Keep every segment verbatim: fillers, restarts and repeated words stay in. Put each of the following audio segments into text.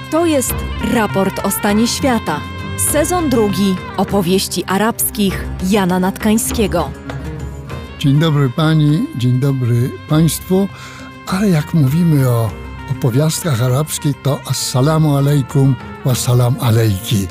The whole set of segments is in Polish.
To jest raport o stanie świata. Sezon drugi opowieści arabskich Jana Natkańskiego. Dzień dobry pani, dzień dobry państwu. Ale jak mówimy o opowiastkach arabskich, to assalamu alaikum wa salam alejki.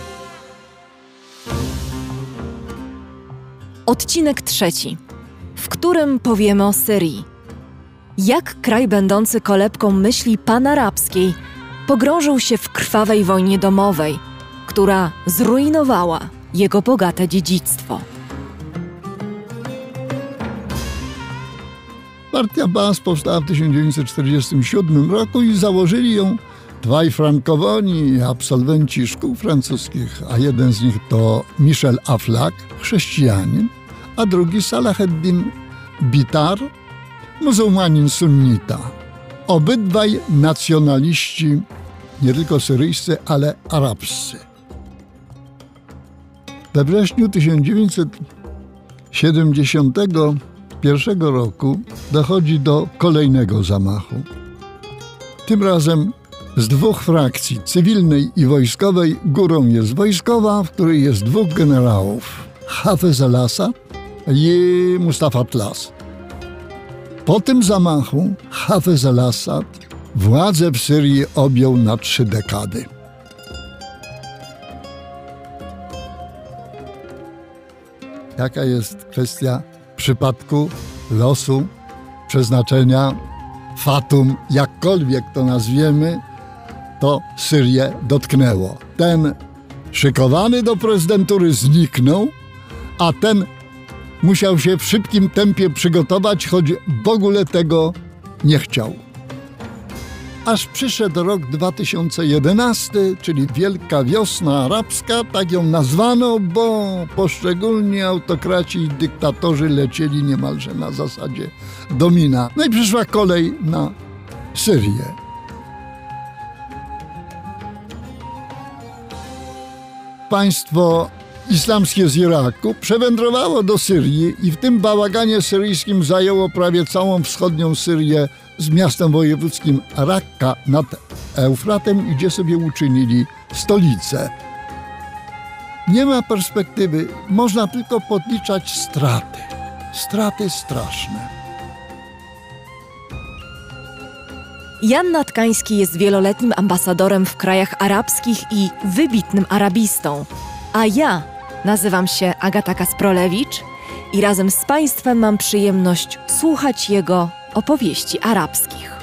Odcinek trzeci, w którym powiemy o Syrii. Jak kraj będący kolebką myśli panarabskiej pogrążył się w krwawej wojnie domowej, która zrujnowała jego bogate dziedzictwo. Partia Baas powstała w tysiąc dziewięćset czterdziestym siódmym roku i założyli ją dwaj frankowoni, absolwenci szkół francuskich, a jeden z nich to Michel Aflaq, chrześcijanin, a drugi Salaheddin Bitar, muzułmanin sunnita. Obydwaj nacjonaliści, nie tylko syryjscy, ale arabscy. We wrześniu tysiąc dziewięćset siedemdziesiątego pierwszego roku dochodzi do kolejnego zamachu. Tym razem z dwóch frakcji, cywilnej i wojskowej. Górą jest wojskowa, w której jest dwóch generałów, Hafez al-Assad i Mustafa Tlas. Po tym zamachu Hafez al-Assad władzę w Syrii objął na trzy dekady. Jaka jest kwestia przypadku, losu, przeznaczenia, fatum, jakkolwiek to nazwiemy, to Syrię dotknęło. Ten szykowany do prezydentury zniknął, a ten musiał się w szybkim tempie przygotować, choć w ogóle tego nie chciał. Aż przyszedł rok dwa tysiące jedenasty, czyli Wielka Wiosna Arabska, tak ją nazwano, bo poszczególni autokraci i dyktatorzy lecieli niemalże na zasadzie domina. No i przyszła kolej na Syrię. Państwo islamskie z Iraku przewędrowało do Syrii i w tym bałaganie syryjskim zajęło prawie całą wschodnią Syrię z miastem wojewódzkim Rakka nad Eufratem, gdzie sobie uczynili stolicę. Nie ma perspektywy, można tylko podliczać straty. Straty straszne. Jan Natkański jest wieloletnim ambasadorem w krajach arabskich i wybitnym arabistą. A ja nazywam się Agata Kasprolewicz i razem z Państwem mam przyjemność słuchać jego opowieści arabskich.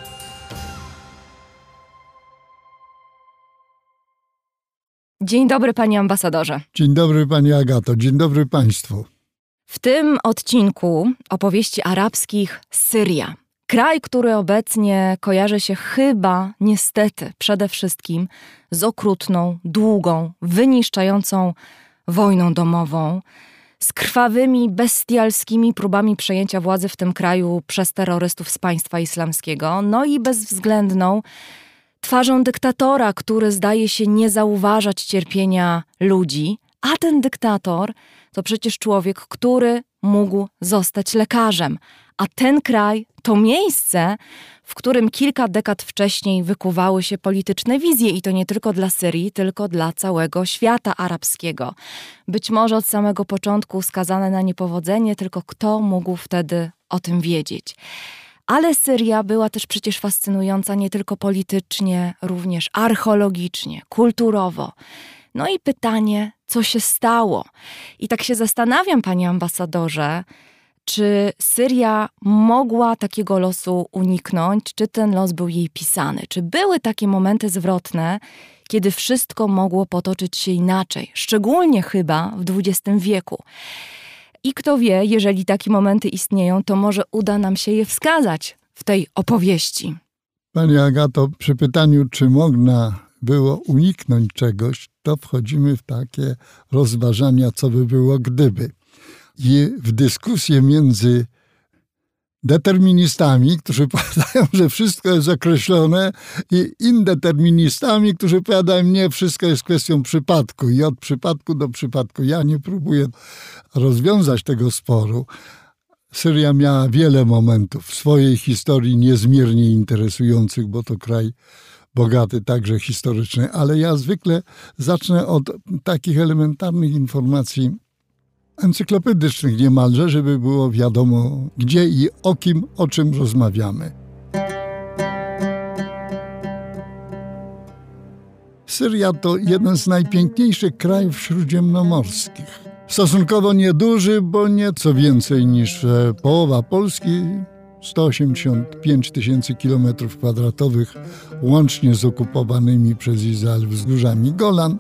Dzień dobry, panie ambasadorze. Dzień dobry, pani Agato. Dzień dobry państwu. W tym odcinku opowieści arabskich Syria. Kraj, który obecnie kojarzy się chyba, niestety, przede wszystkim z okrutną, długą, wyniszczającą wojną domową, z krwawymi, bestialskimi próbami przejęcia władzy w tym kraju przez terrorystów z państwa islamskiego, no i bezwzględną twarzą dyktatora, który zdaje się nie zauważać cierpienia ludzi, a ten dyktator to przecież człowiek, który mógł zostać lekarzem, a ten kraj to miejsce, w którym kilka dekad wcześniej wykuwały się polityczne wizje i to nie tylko dla Syrii, tylko dla całego świata arabskiego. Być może od samego początku skazane na niepowodzenie, tylko kto mógł wtedy o tym wiedzieć. Ale Syria była też przecież fascynująca nie tylko politycznie, również archeologicznie, kulturowo. No i pytanie, co się stało? I tak się zastanawiam, panie ambasadorze, czy Syria mogła takiego losu uniknąć, czy ten los był jej pisany? Czy były takie momenty zwrotne, kiedy wszystko mogło potoczyć się inaczej? Szczególnie chyba w dwudziestym wieku. I kto wie, jeżeli takie momenty istnieją, to może uda nam się je wskazać w tej opowieści. Pani Agato, przy pytaniu, czy można było uniknąć czegoś, to wchodzimy w takie rozważania, co by było gdyby. I w dyskusję między deterministami, którzy powiadają, że wszystko jest określone, i indeterministami, którzy powiadają, nie, wszystko jest kwestią przypadku i od przypadku do przypadku. Ja nie próbuję rozwiązać tego sporu. Syria miała wiele momentów w swojej historii niezmiernie interesujących, bo to kraj bogaty także historycznie, ale ja zwykle zacznę od takich elementarnych informacji encyklopedycznych niemalże, żeby było wiadomo gdzie i o kim, o czym rozmawiamy. Syria to jeden z najpiękniejszych krajów śródziemnomorskich. Stosunkowo nieduży, bo nieco więcej niż połowa Polski, sto osiemdziesiąt pięć tysięcy kilometrów kwadratowych, łącznie z okupowanymi przez Izrael wzgórzami Golan.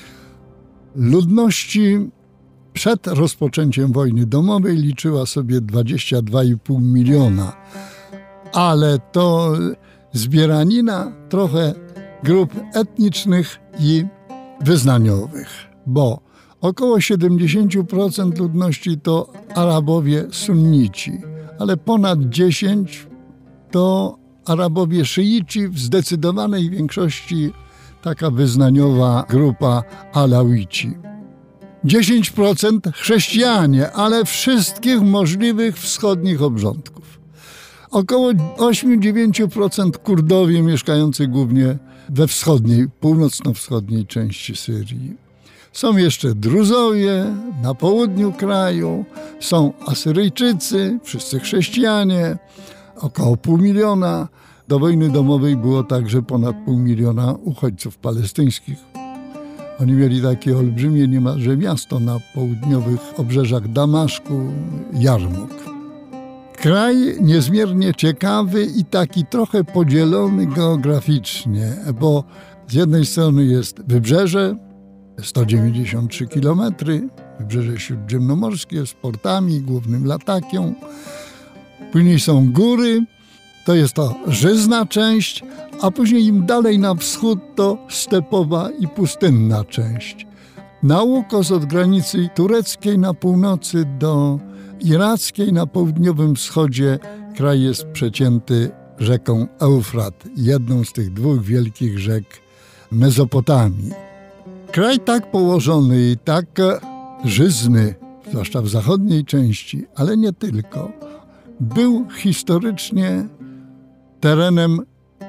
Ludności przed rozpoczęciem wojny domowej liczyła sobie dwadzieścia dwa i pół miliona, ale to zbieranina trochę grup etnicznych i wyznaniowych, bo około siedemdziesiąt procent ludności to Arabowie sunnici, ale ponad dziesięć procent to Arabowie szyici, w zdecydowanej większości taka wyznaniowa grupa Alawici. dziesięć procent chrześcijanie, ale wszystkich możliwych wschodnich obrządków. Około osiem do dziewięciu procent Kurdowie mieszkający głównie we wschodniej, północno-wschodniej części Syrii. Są jeszcze Druzowie na południu kraju, są Asyryjczycy, wszyscy chrześcijanie, około pół miliona. Do wojny domowej było także ponad pół miliona uchodźców palestyńskich. Oni mieli takie olbrzymie niemalże miasto na południowych obrzeżach Damaszku, Jarmuk. Kraj niezmiernie ciekawy i taki trochę podzielony geograficznie, bo z jednej strony jest wybrzeże, sto dziewięćdziesiąt trzy kilometry, wybrzeże śródziemnomorskie z portami, głównym Latakią. Później są góry, to jest to żyzna część, a później im dalej na wschód to stepowa i pustynna część. Na ukos od granicy tureckiej na północy do irackiej na południowym wschodzie kraj jest przecięty rzeką Eufrat, jedną z tych dwóch wielkich rzek Mezopotamii. Kraj tak położony i tak żyzny, zwłaszcza w zachodniej części, ale nie tylko, był historycznie terenem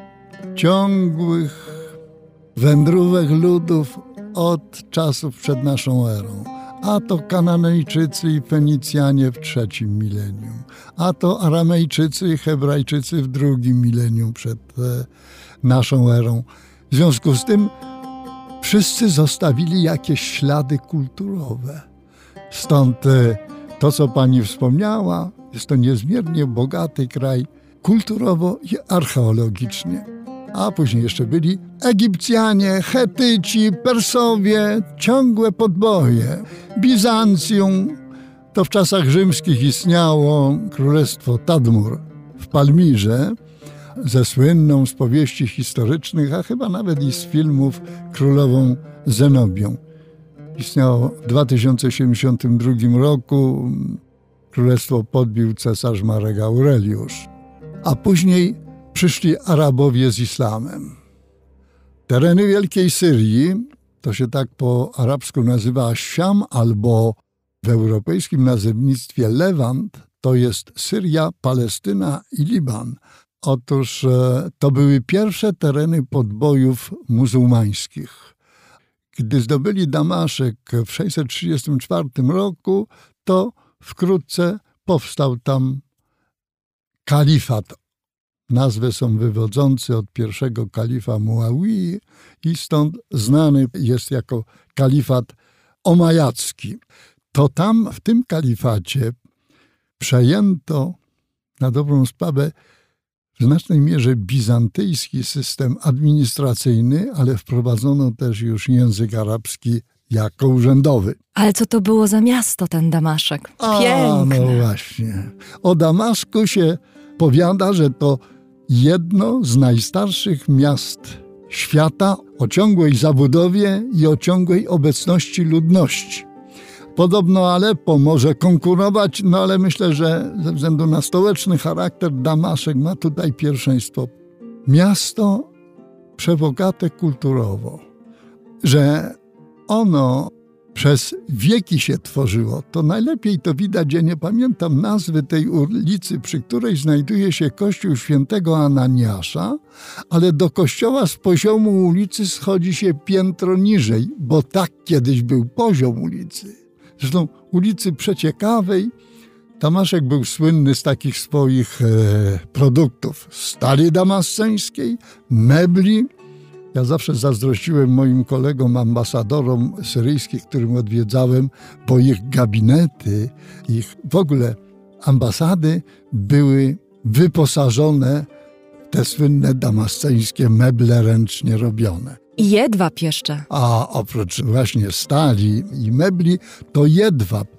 ciągłych wędrówek ludów od czasów przed naszą erą. A to Kananejczycy i Fenicjanie w trzecim milenium, a to Aramejczycy i Hebrajczycy w drugim milenium przed e, naszą erą. W związku z tym wszyscy zostawili jakieś ślady kulturowe. Stąd e, to, co pani wspomniała, jest to niezmiernie bogaty kraj kulturowo i archeologicznie. A później jeszcze byli Egipcjanie, Chetyci, Persowie, ciągłe podboje. Bizancjum, to w czasach rzymskich istniało królestwo Tadmur w Palmirze, ze słynną z powieści historycznych, a chyba nawet i z filmów królową Zenobią. Istniało w dwa tysiące siedemdziesiątym drugim roku, królestwo podbił cesarz Marek Aureliusz, a później przyszli Arabowie z islamem. Tereny Wielkiej Syrii, to się tak po arabsku nazywa Siam, albo w europejskim nazewnictwie Lewant, to jest Syria, Palestyna i Liban. Otóż to były pierwsze tereny podbojów muzułmańskich. Gdy zdobyli Damaszek w sześćset trzydziestym czwartym roku, to wkrótce powstał tam kalifat. Nazwę są wywodzący od pierwszego kalifa Muawii i stąd znany jest jako kalifat omajacki. To tam w tym kalifacie przejęto na dobrą sprawę w znacznej mierze bizantyjski system administracyjny, ale wprowadzono też już język arabski jako urzędowy. Ale co to było za miasto, ten Damaszek? Piękne. A, no właśnie. O Damaszku się powiada, że to jedno z najstarszych miast świata o ciągłej zabudowie i o ciągłej obecności ludności. Podobno Aleppo może konkurować, no ale myślę, że ze względu na stołeczny charakter Damaszek ma tutaj pierwszeństwo. Miasto przebogate kulturowo, że ono przez wieki się tworzyło. To najlepiej to widać, ja nie pamiętam nazwy tej ulicy, przy której znajduje się kościół świętego Ananiasza, ale do kościoła z poziomu ulicy schodzi się piętro niżej, bo tak kiedyś był poziom ulicy. Zresztą ulicy Przeciekawej Damaszek był słynny z takich swoich e, produktów. Stali damasceńskiej, mebli. Ja zawsze zazdrościłem moim kolegom ambasadorom syryjskich, którym odwiedzałem, bo ich gabinety, ich w ogóle ambasady były wyposażone w te słynne damasceńskie meble ręcznie robione. I jedwab jeszcze. A oprócz właśnie stali i mebli, to jedwab.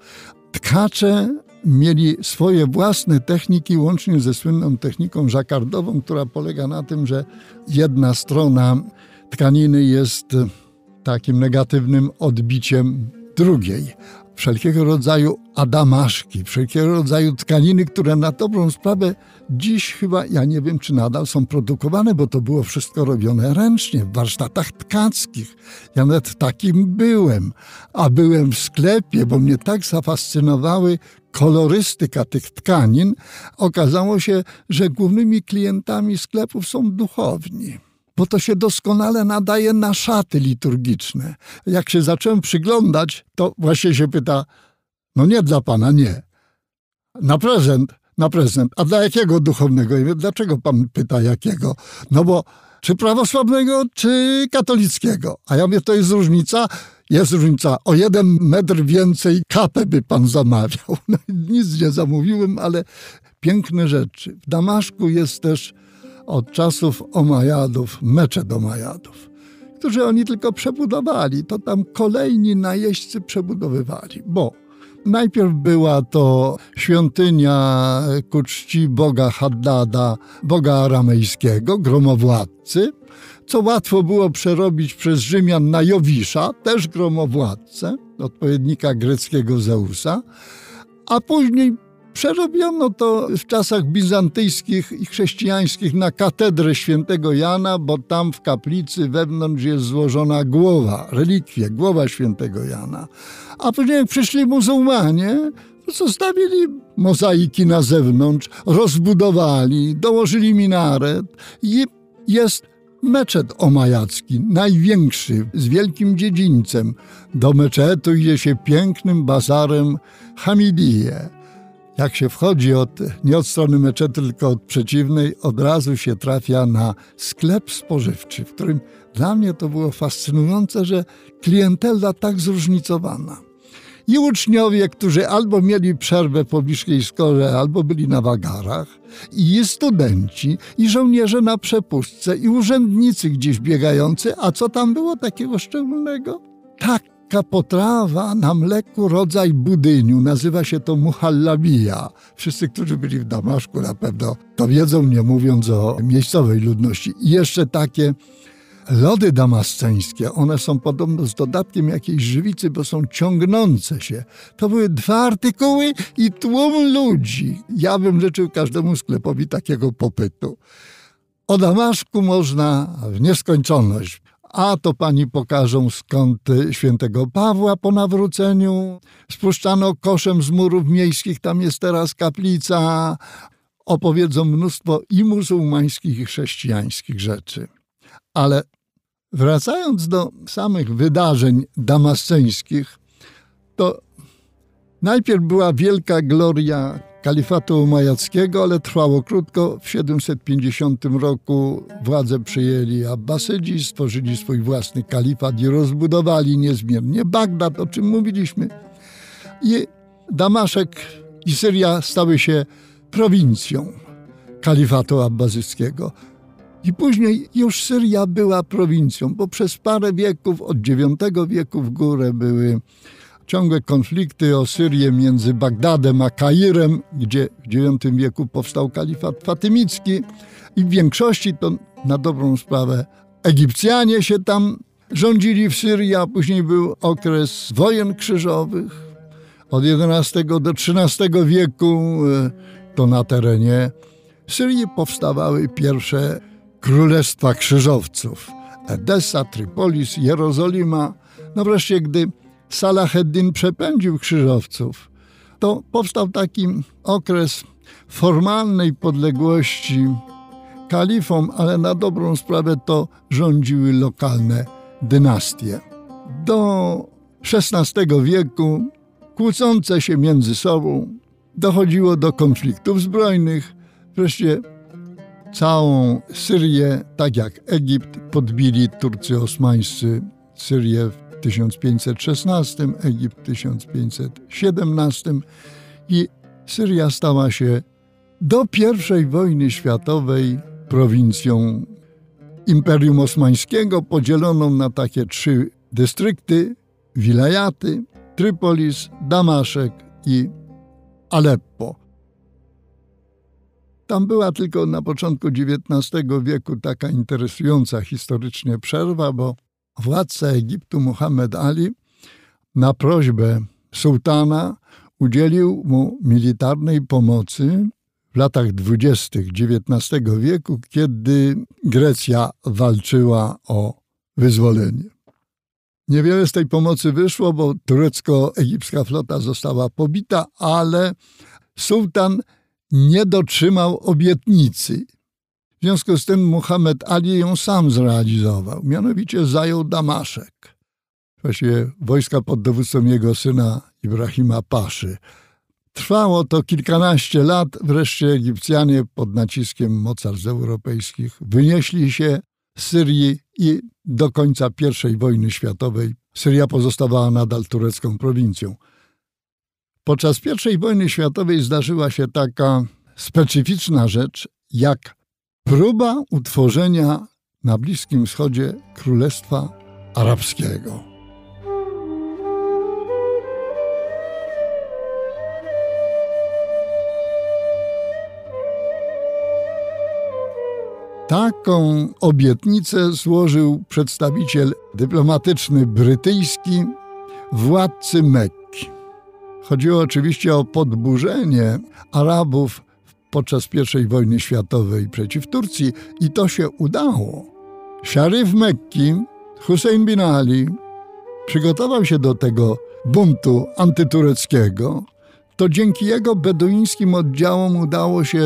Tkacze mieli swoje własne techniki, łącznie ze słynną techniką żakardową, która polega na tym, że jedna strona tkaniny jest takim negatywnym odbiciem drugiej. Wszelkiego rodzaju adamaszki, wszelkiego rodzaju tkaniny, które na dobrą sprawę dziś chyba, ja nie wiem, czy nadal są produkowane, bo to było wszystko robione ręcznie, w warsztatach tkackich. Ja nawet takim byłem, a byłem w sklepie, bo mnie tak zafascynowały kolorystyka tych tkanin. Okazało się, że głównymi klientami sklepów są duchowni, bo to się doskonale nadaje na szaty liturgiczne. Jak się zacząłem przyglądać, to właśnie się pyta, no nie dla pana, nie. Na prezent, na prezent. A dla jakiego duchownego? I mówię, dlaczego pan pyta jakiego? No bo czy prawosławnego, czy katolickiego? A ja mówię, to jest różnica? Jest różnica. O jeden metr więcej kapę by pan zamawiał. No nic nie zamówiłem, ale piękne rzeczy. W Damaszku jest też od czasów Omajadów, meczet Omajadów, którzy oni tylko przebudowali. To tam kolejni najeźdźcy przebudowywali, bo najpierw była to świątynia ku czci boga Haddada, boga aramejskiego, gromowładcy, co łatwo było przerobić przez Rzymian na Jowisza, też gromowładcę, odpowiednika greckiego Zeusa, a później przerobiono to w czasach bizantyjskich i chrześcijańskich na katedrę świętego Jana, bo tam w kaplicy wewnątrz jest złożona głowa, relikwie, głowa świętego Jana. A później jak przyszli muzułmanie, to zostawili mozaiki na zewnątrz, rozbudowali, dołożyli minaret i jest meczet omajacki, największy, z wielkim dziedzińcem. Do meczetu idzie się pięknym bazarem Hamidije. Jak się wchodzi od, nie od strony meczetu, tylko od przeciwnej, od razu się trafia na sklep spożywczy, w którym dla mnie to było fascynujące, że klientela tak zróżnicowana. I uczniowie, którzy albo mieli przerwę po bliskiej szkole, albo byli na wagarach, i studenci, i żołnierze na przepustce, i urzędnicy gdzieś biegający. A co tam było takiego szczególnego? Tak. Taka potrawa na mleku, rodzaj budyniu, nazywa się to muhallabija. Wszyscy, którzy byli w Damaszku, na pewno to wiedzą, nie mówiąc o miejscowej ludności. I jeszcze takie lody damasceńskie, one są podobno z dodatkiem jakiejś żywicy, bo są ciągnące się. To były dwa artykuły i tłum ludzi. Ja bym życzył każdemu sklepowi takiego popytu. O Damaszku można w nieskończoność. A to pani pokażą, skąd świętego Pawła po nawróceniu spuszczano koszem z murów miejskich, tam jest teraz kaplica. Opowiedzą mnóstwo i muzułmańskich, i chrześcijańskich rzeczy. Ale wracając do samych wydarzeń damasceńskich, to najpierw była wielka gloria kalifatu umajackiego, ale trwało krótko. W siedemset pięćdziesiątym roku władzę przyjęli Abbasydzi, stworzyli swój własny kalifat i rozbudowali niezmiernie Bagdad, o czym mówiliśmy. I Damaszek i Syria stały się prowincją kalifatu abbasyckiego. I później już Syria była prowincją, bo przez parę wieków, od dziewiątego wieku w górę, były ciągłe konflikty o Syrię między Bagdadem a Kairem, gdzie w dziewiątym wieku powstał kalifat fatymicki i w większości to na dobrą sprawę Egipcjanie się tam rządzili w Syrii, a później był okres wojen krzyżowych. Od jedenastego do trzynastego wieku to na terenie Syrii powstawały pierwsze królestwa krzyżowców. Edesa, Trypolis, Jerozolima. No wreszcie, gdy Salaheddin przepędził krzyżowców, to powstał taki okres formalnej podległości kalifom, ale na dobrą sprawę to rządziły lokalne dynastie. Do szesnastego wieku kłócące się między sobą dochodziło do konfliktów zbrojnych. Wreszcie całą Syrię, tak jak Egipt, podbili Turcy osmańscy. Syrię w tysiąc pięćset szesnastym, Egipt w tysiąc pięćset siedemnastym i Syria stała się do pierwszej wojny światowej prowincją Imperium Osmańskiego, podzieloną na takie trzy dystrykty, wilajaty, Trypolis, Damaszek i Aleppo. Tam była tylko na początku dziewiętnastego wieku taka interesująca historycznie przerwa, bo władca Egiptu Muhammad Ali na prośbę sułtana udzielił mu militarnej pomocy w latach dwudziestych dziewiętnastego wieku, kiedy Grecja walczyła o wyzwolenie. Niewiele z tej pomocy wyszło, bo turecko-egipska flota została pobita, ale sułtan nie dotrzymał obietnicy. W związku z tym Muhammad Ali ją sam zrealizował. Mianowicie zajął Damaszek. Właściwie wojska pod dowództwem jego syna Ibrahima Paszy. Trwało to kilkanaście lat. Wreszcie Egipcjanie pod naciskiem mocarstw europejskich wynieśli się z Syrii i do końca pierwszej wojny światowej Syria pozostawała nadal turecką prowincją. Podczas pierwszej wojny światowej zdarzyła się taka specyficzna rzecz, jak próba utworzenia na Bliskim Wschodzie Królestwa Arabskiego. Taką obietnicę złożył przedstawiciel dyplomatyczny brytyjski władcy Mekki. Chodziło oczywiście o podburzenie Arabów podczas pierwszej wojny światowej przeciw Turcji i to się udało. Szeryf Mekki, Hussein bin Ali, przygotował się do tego buntu antytureckiego. To dzięki jego beduińskim oddziałom udało się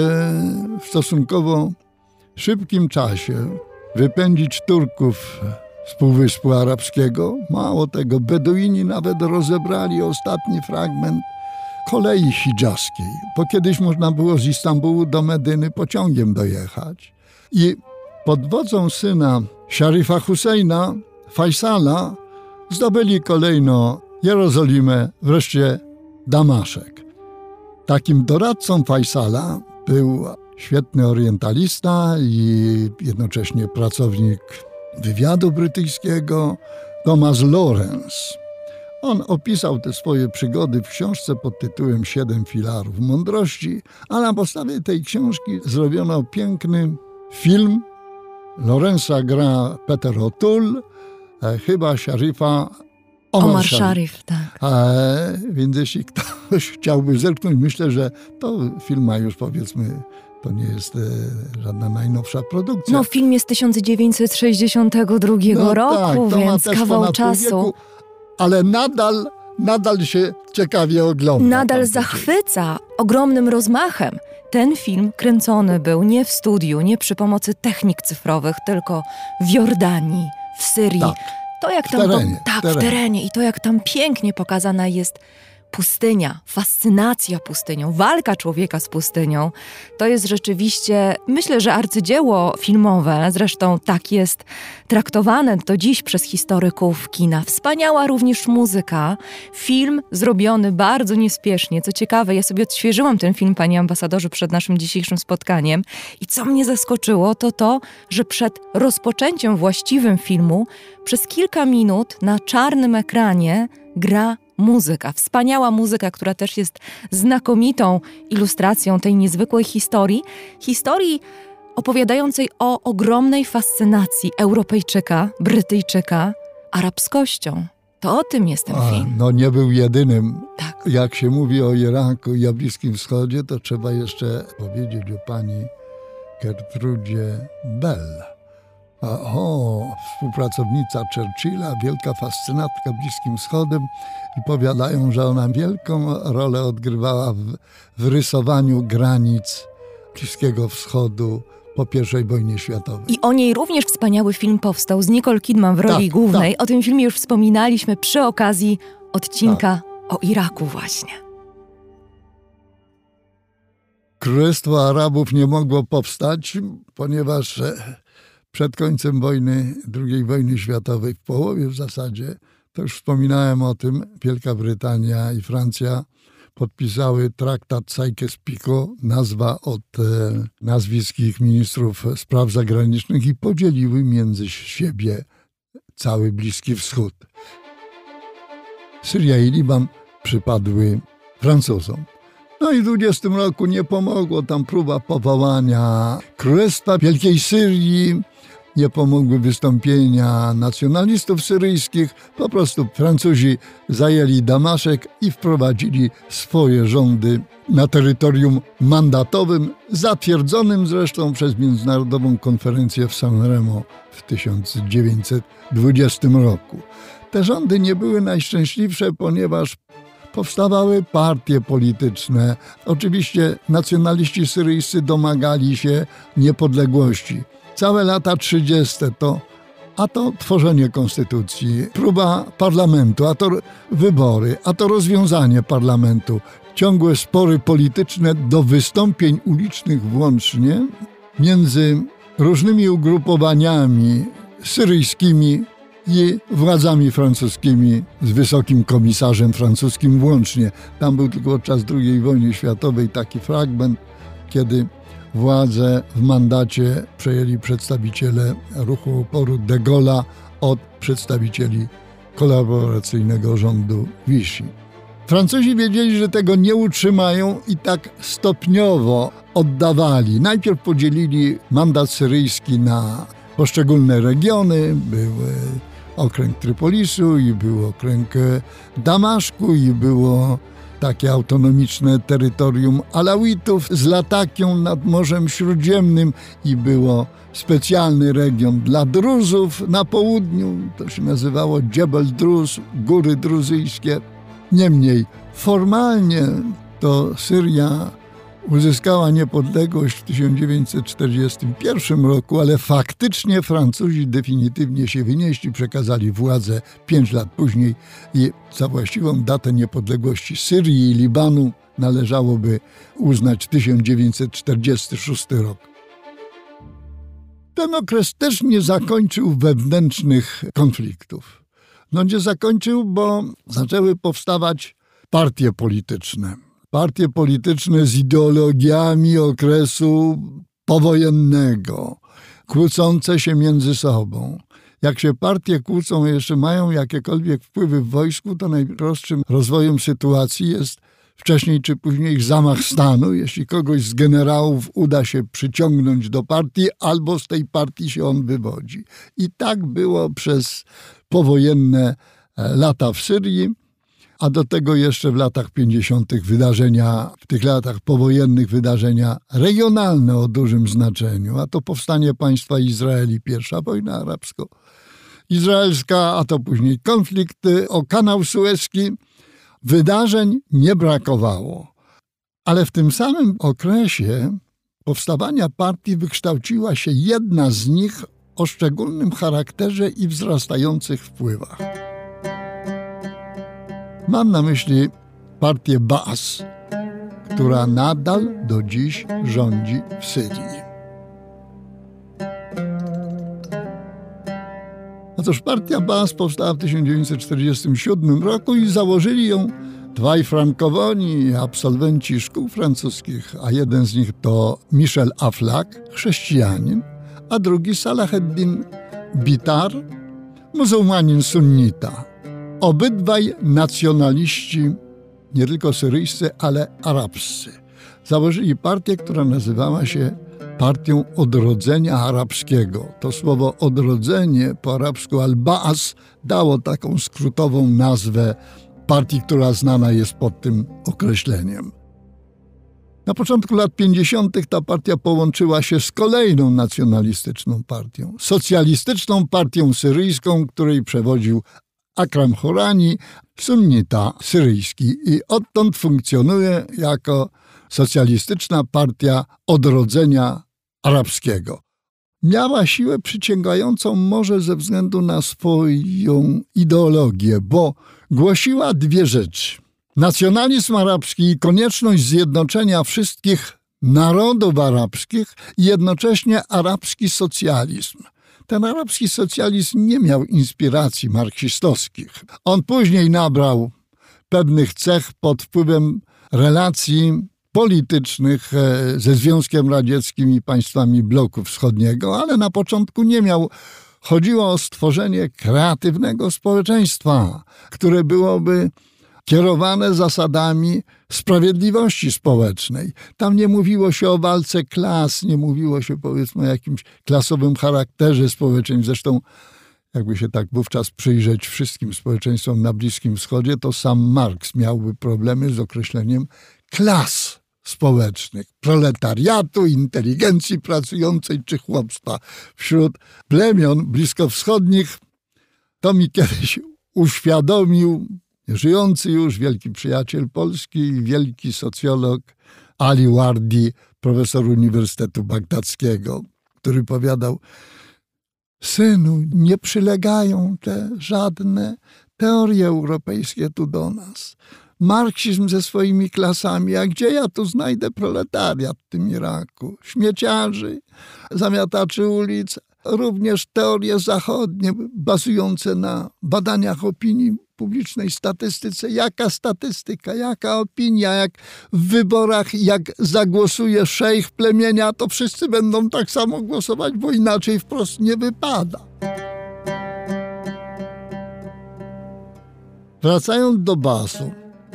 w stosunkowo szybkim czasie wypędzić Turków z Półwyspu Arabskiego. Mało tego, Beduini nawet rozebrali ostatni fragment kolei hidżaskiej, bo kiedyś można było z Istambułu do Medyny pociągiem dojechać. I pod wodzą syna Szeryfa Husseina, Fajsala, zdobyli kolejno Jerozolimę, wreszcie Damaszek. Takim doradcą Fajsala był świetny orientalista i jednocześnie pracownik wywiadu brytyjskiego Thomas Lawrence. On opisał te swoje przygody w książce pod tytułem Siedem filarów mądrości, a na podstawie tej książki zrobiono piękny film. Lawrence'a gra Peter O'Toole, e, chyba Szeryfa Omar, Omar Sharif. Sharif, tak. E, więc jeśli ktoś chciałby zerknąć, myślę, że to film ma już, powiedzmy, to nie jest e, żadna najnowsza produkcja. No film jest z tysiąc dziewięćset sześćdziesiątego drugiego No roku, tak, to więc ma też kawał ponad pół czasu. wieku, ale nadal, nadal się ciekawie ogląda. Nadal zachwyca ogromnym rozmachem. Ten film kręcony był nie w studiu, nie przy pomocy technik cyfrowych, tylko w Jordanii, w Syrii. Tak, to jak w tam terenie, to, tak, w terenie. w terenie. I to jak tam pięknie pokazana jest pustynia, fascynacja pustynią, walka człowieka z pustynią. To jest rzeczywiście, myślę, że arcydzieło filmowe, zresztą tak jest traktowane do dziś przez historyków kina. Wspaniała również muzyka. Film zrobiony bardzo niespiesznie. Co ciekawe, ja sobie odświeżyłam ten film, panie ambasadorze, przed naszym dzisiejszym spotkaniem i co mnie zaskoczyło, to to, że przed rozpoczęciem właściwym filmu przez kilka minut na czarnym ekranie gra muzyka, wspaniała muzyka, która też jest znakomitą ilustracją tej niezwykłej historii. Historii opowiadającej o ogromnej fascynacji Europejczyka, Brytyjczyka arabskością. To o tym jest ten A, film. no nie był jedynym. Tak. Jak się mówi o Iraku i o Bliskim Wschodzie, to trzeba jeszcze powiedzieć o pani Gertrudzie Bell. o, współpracownica Churchilla, wielka fascynatka Bliskim Wschodem i powiadają, że ona wielką rolę odgrywała w, w rysowaniu granic Bliskiego Wschodu po pierwszej wojnie światowej. I o niej również wspaniały film powstał z Nicole Kidman w roli tak, głównej. Tak. O tym filmie już wspominaliśmy przy okazji odcinka tak. o Iraku właśnie. Królestwo Arabów nie mogło powstać, ponieważ przed końcem wojny, drugiej wojny światowej, w połowie w zasadzie, to już wspominałem o tym, Wielka Brytania i Francja podpisały traktat Sykes-Picot, nazwa od e, nazwisk ich ministrów spraw zagranicznych i podzieliły między siebie cały Bliski Wschód. Syria i Liban przypadły Francuzom. No i w dwudziestym roku nie pomogło, tam próba powołania Królestwa Wielkiej Syrii, nie pomogły wystąpienia nacjonalistów syryjskich. Po prostu Francuzi zajęli Damaszek i wprowadzili swoje rządy na terytorium mandatowym, zatwierdzonym zresztą przez Międzynarodową Konferencję w San Remo w tysiąc dziewięćset dwudziestym roku. Te rządy nie były najszczęśliwsze, ponieważ powstawały partie polityczne. Oczywiście nacjonaliści syryjscy domagali się niepodległości. Całe lata trzydzieste to, a to tworzenie konstytucji, próba parlamentu, a to wybory, a to rozwiązanie parlamentu. Ciągłe spory polityczne do wystąpień ulicznych włącznie między różnymi ugrupowaniami syryjskimi i władzami francuskimi, z wysokim komisarzem francuskim włącznie. Tam był tylko podczas drugiej wojny światowej taki fragment, kiedy władzę w mandacie przejęli przedstawiciele ruchu oporu de Gaulle'a od przedstawicieli kolaboracyjnego rządu Vichy. Francuzi wiedzieli, że tego nie utrzymają i tak stopniowo oddawali. Najpierw podzielili mandat syryjski na poszczególne regiony. Był okręg Trypolisu i był okręg Damaszku i było takie autonomiczne terytorium Alawitów z Latakią nad Morzem Śródziemnym i było specjalny region dla Druzów na południu. To się nazywało Dżebel Druz, góry druzyjskie. Niemniej formalnie to Syria uzyskała niepodległość w tysiąc dziewięćset czterdziestym pierwszym roku, ale faktycznie Francuzi definitywnie się wynieśli, przekazali władzę pięć lat później i za właściwą datę niepodległości Syrii i Libanu należałoby uznać tysiąc dziewięćset czterdziesty szósty rok. Ten okres też nie zakończył wewnętrznych konfliktów. No nie zakończył, bo zaczęły powstawać partie polityczne. Partie polityczne z ideologiami okresu powojennego, kłócące się między sobą. Jak się partie kłócą, jeszcze mają jakiekolwiek wpływy w wojsku, to najprostszym rozwojem sytuacji jest wcześniej czy później zamach stanu, jeśli kogoś z generałów uda się przyciągnąć do partii, albo z tej partii się on wywodzi. I tak było przez powojenne lata w Syrii, a do tego jeszcze w latach pięćdziesiątych wydarzenia, w tych latach powojennych wydarzenia regionalne o dużym znaczeniu, a to powstanie państwa Izraeli, pierwsza wojna arabsko-izraelska, a to później konflikty o kanał sueski. Wydarzeń nie brakowało, ale w tym samym okresie powstawania partii wykształciła się jedna z nich o szczególnym charakterze i wzrastających wpływach. Mam na myśli partię Baas, która nadal do dziś rządzi w Syrii. Otóż partia Baas powstała w tysiąc dziewięćset czterdziestym siódmym roku i założyli ją dwaj frankowoni, absolwenci szkół francuskich, a jeden z nich to Michel Aflaq, chrześcijanin, a drugi Salaheddin Bitar, muzułmanin sunnita. Obydwaj nacjonaliści, nie tylko syryjscy, ale arabscy. Założyli partię, która nazywała się Partią Odrodzenia Arabskiego. To słowo odrodzenie po arabsku al-Ba'as dało taką skrótową nazwę partii, która znana jest pod tym określeniem. Na początku lat pięćdziesiątych ta partia połączyła się z kolejną nacjonalistyczną partią, socjalistyczną partią syryjską, której przewodził Akram Horani, sunnita syryjski, i odtąd funkcjonuje jako socjalistyczna partia odrodzenia arabskiego. Miała siłę przyciągającą może ze względu na swoją ideologię, bo głosiła dwie rzeczy. Nacjonalizm arabski i konieczność zjednoczenia wszystkich narodów arabskich i jednocześnie arabski socjalizm. Ten arabski socjalizm nie miał inspiracji marksistowskich. On później nabrał pewnych cech pod wpływem relacji politycznych ze Związkiem Radzieckim i państwami bloku wschodniego, ale na początku nie miał. Chodziło o stworzenie kreatywnego społeczeństwa, które byłoby kierowane zasadami sprawiedliwości społecznej. Tam nie mówiło się o walce klas, nie mówiło się, powiedzmy, o jakimś klasowym charakterze społecznym. Zresztą, jakby się tak wówczas przyjrzeć wszystkim społeczeństwom na Bliskim Wschodzie, to sam Marks miałby problemy z określeniem klas społecznych, proletariatu, inteligencji pracującej czy chłopstwa. Wśród plemion bliskowschodnich to mi kiedyś uświadomił żyjący już wielki przyjaciel Polski i wielki socjolog Ali Wardi, profesor Uniwersytetu Bagdadzkiego, który powiadał: synu, nie przylegają te żadne teorie europejskie tu do nas. Marksizm ze swoimi klasami, a gdzie ja tu znajdę proletariat w tym Iraku? Śmieciarzy, zamiataczy ulic, również teorie zachodnie bazujące na badaniach opinii publicznej, statystyce. Jaka statystyka, jaka opinia, jak w wyborach, jak zagłosuje szejch plemienia, to wszyscy będą tak samo głosować, bo inaczej wprost nie wypada. Wracając do Baasu,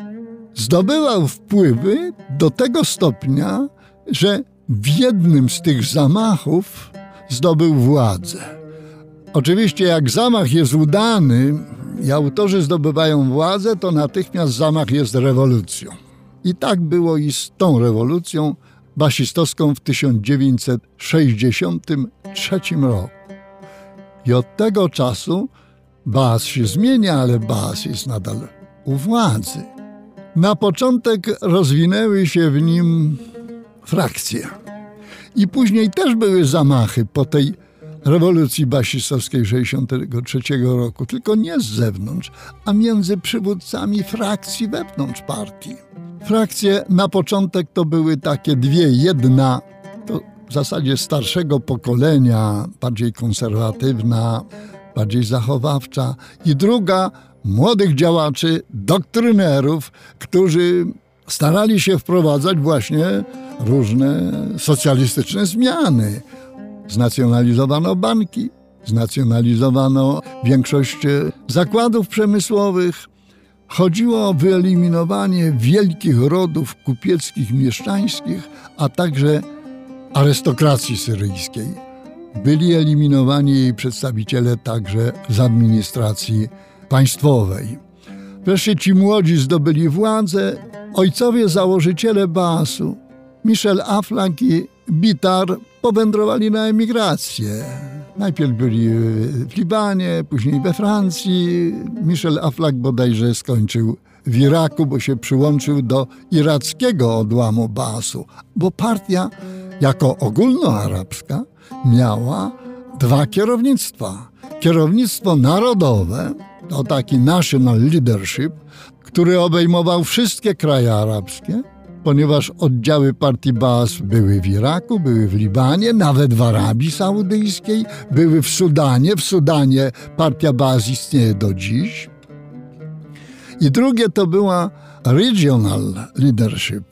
zdobywał wpływy do tego stopnia, że w jednym z tych zamachów zdobył władzę. Oczywiście jak zamach jest udany i autorzy zdobywają władzę, to natychmiast zamach jest rewolucją. I tak było i z tą rewolucją basistowską w tysiąc dziewięćset sześćdziesiątym trzecim roku. I od tego czasu Baas się zmienia, ale Baas jest nadal u władzy. Na początek rozwinęły się w nim frakcje. I później też były zamachy po tej rewolucji basistowskiej sześćdziesiątego trzeciego roku, tylko nie z zewnątrz, a między przywódcami frakcji wewnątrz partii. Frakcje na początek to były takie dwie. Jedna to w zasadzie starszego pokolenia, bardziej konserwatywna, bardziej zachowawcza, i druga młodych działaczy, doktrynerów, którzy starali się wprowadzać właśnie różne socjalistyczne zmiany. Znacjonalizowano banki, znacjonalizowano większość zakładów przemysłowych. Chodziło o wyeliminowanie wielkich rodów kupieckich, mieszczańskich, a także arystokracji syryjskiej. Byli eliminowani jej przedstawiciele także z administracji państwowej. Wreszcie ci młodzi zdobyli władzę. Ojcowie założyciele Baasu, Michel Aflaq i Bitar, powędrowali na emigrację. Najpierw byli w Libanie, później we Francji. Michel Aflaq bodajże skończył w Iraku, bo się przyłączył do irackiego odłamu Baasu, bo partia jako ogólnoarabska miała dwa kierownictwa. Kierownictwo narodowe, to taki national leadership, który obejmował wszystkie kraje arabskie, ponieważ oddziały partii Baas były w Iraku, były w Libanie, nawet w Arabii Saudyjskiej, były w Sudanie. W Sudanie partia Baas istnieje do dziś. I drugie to była regional leadership,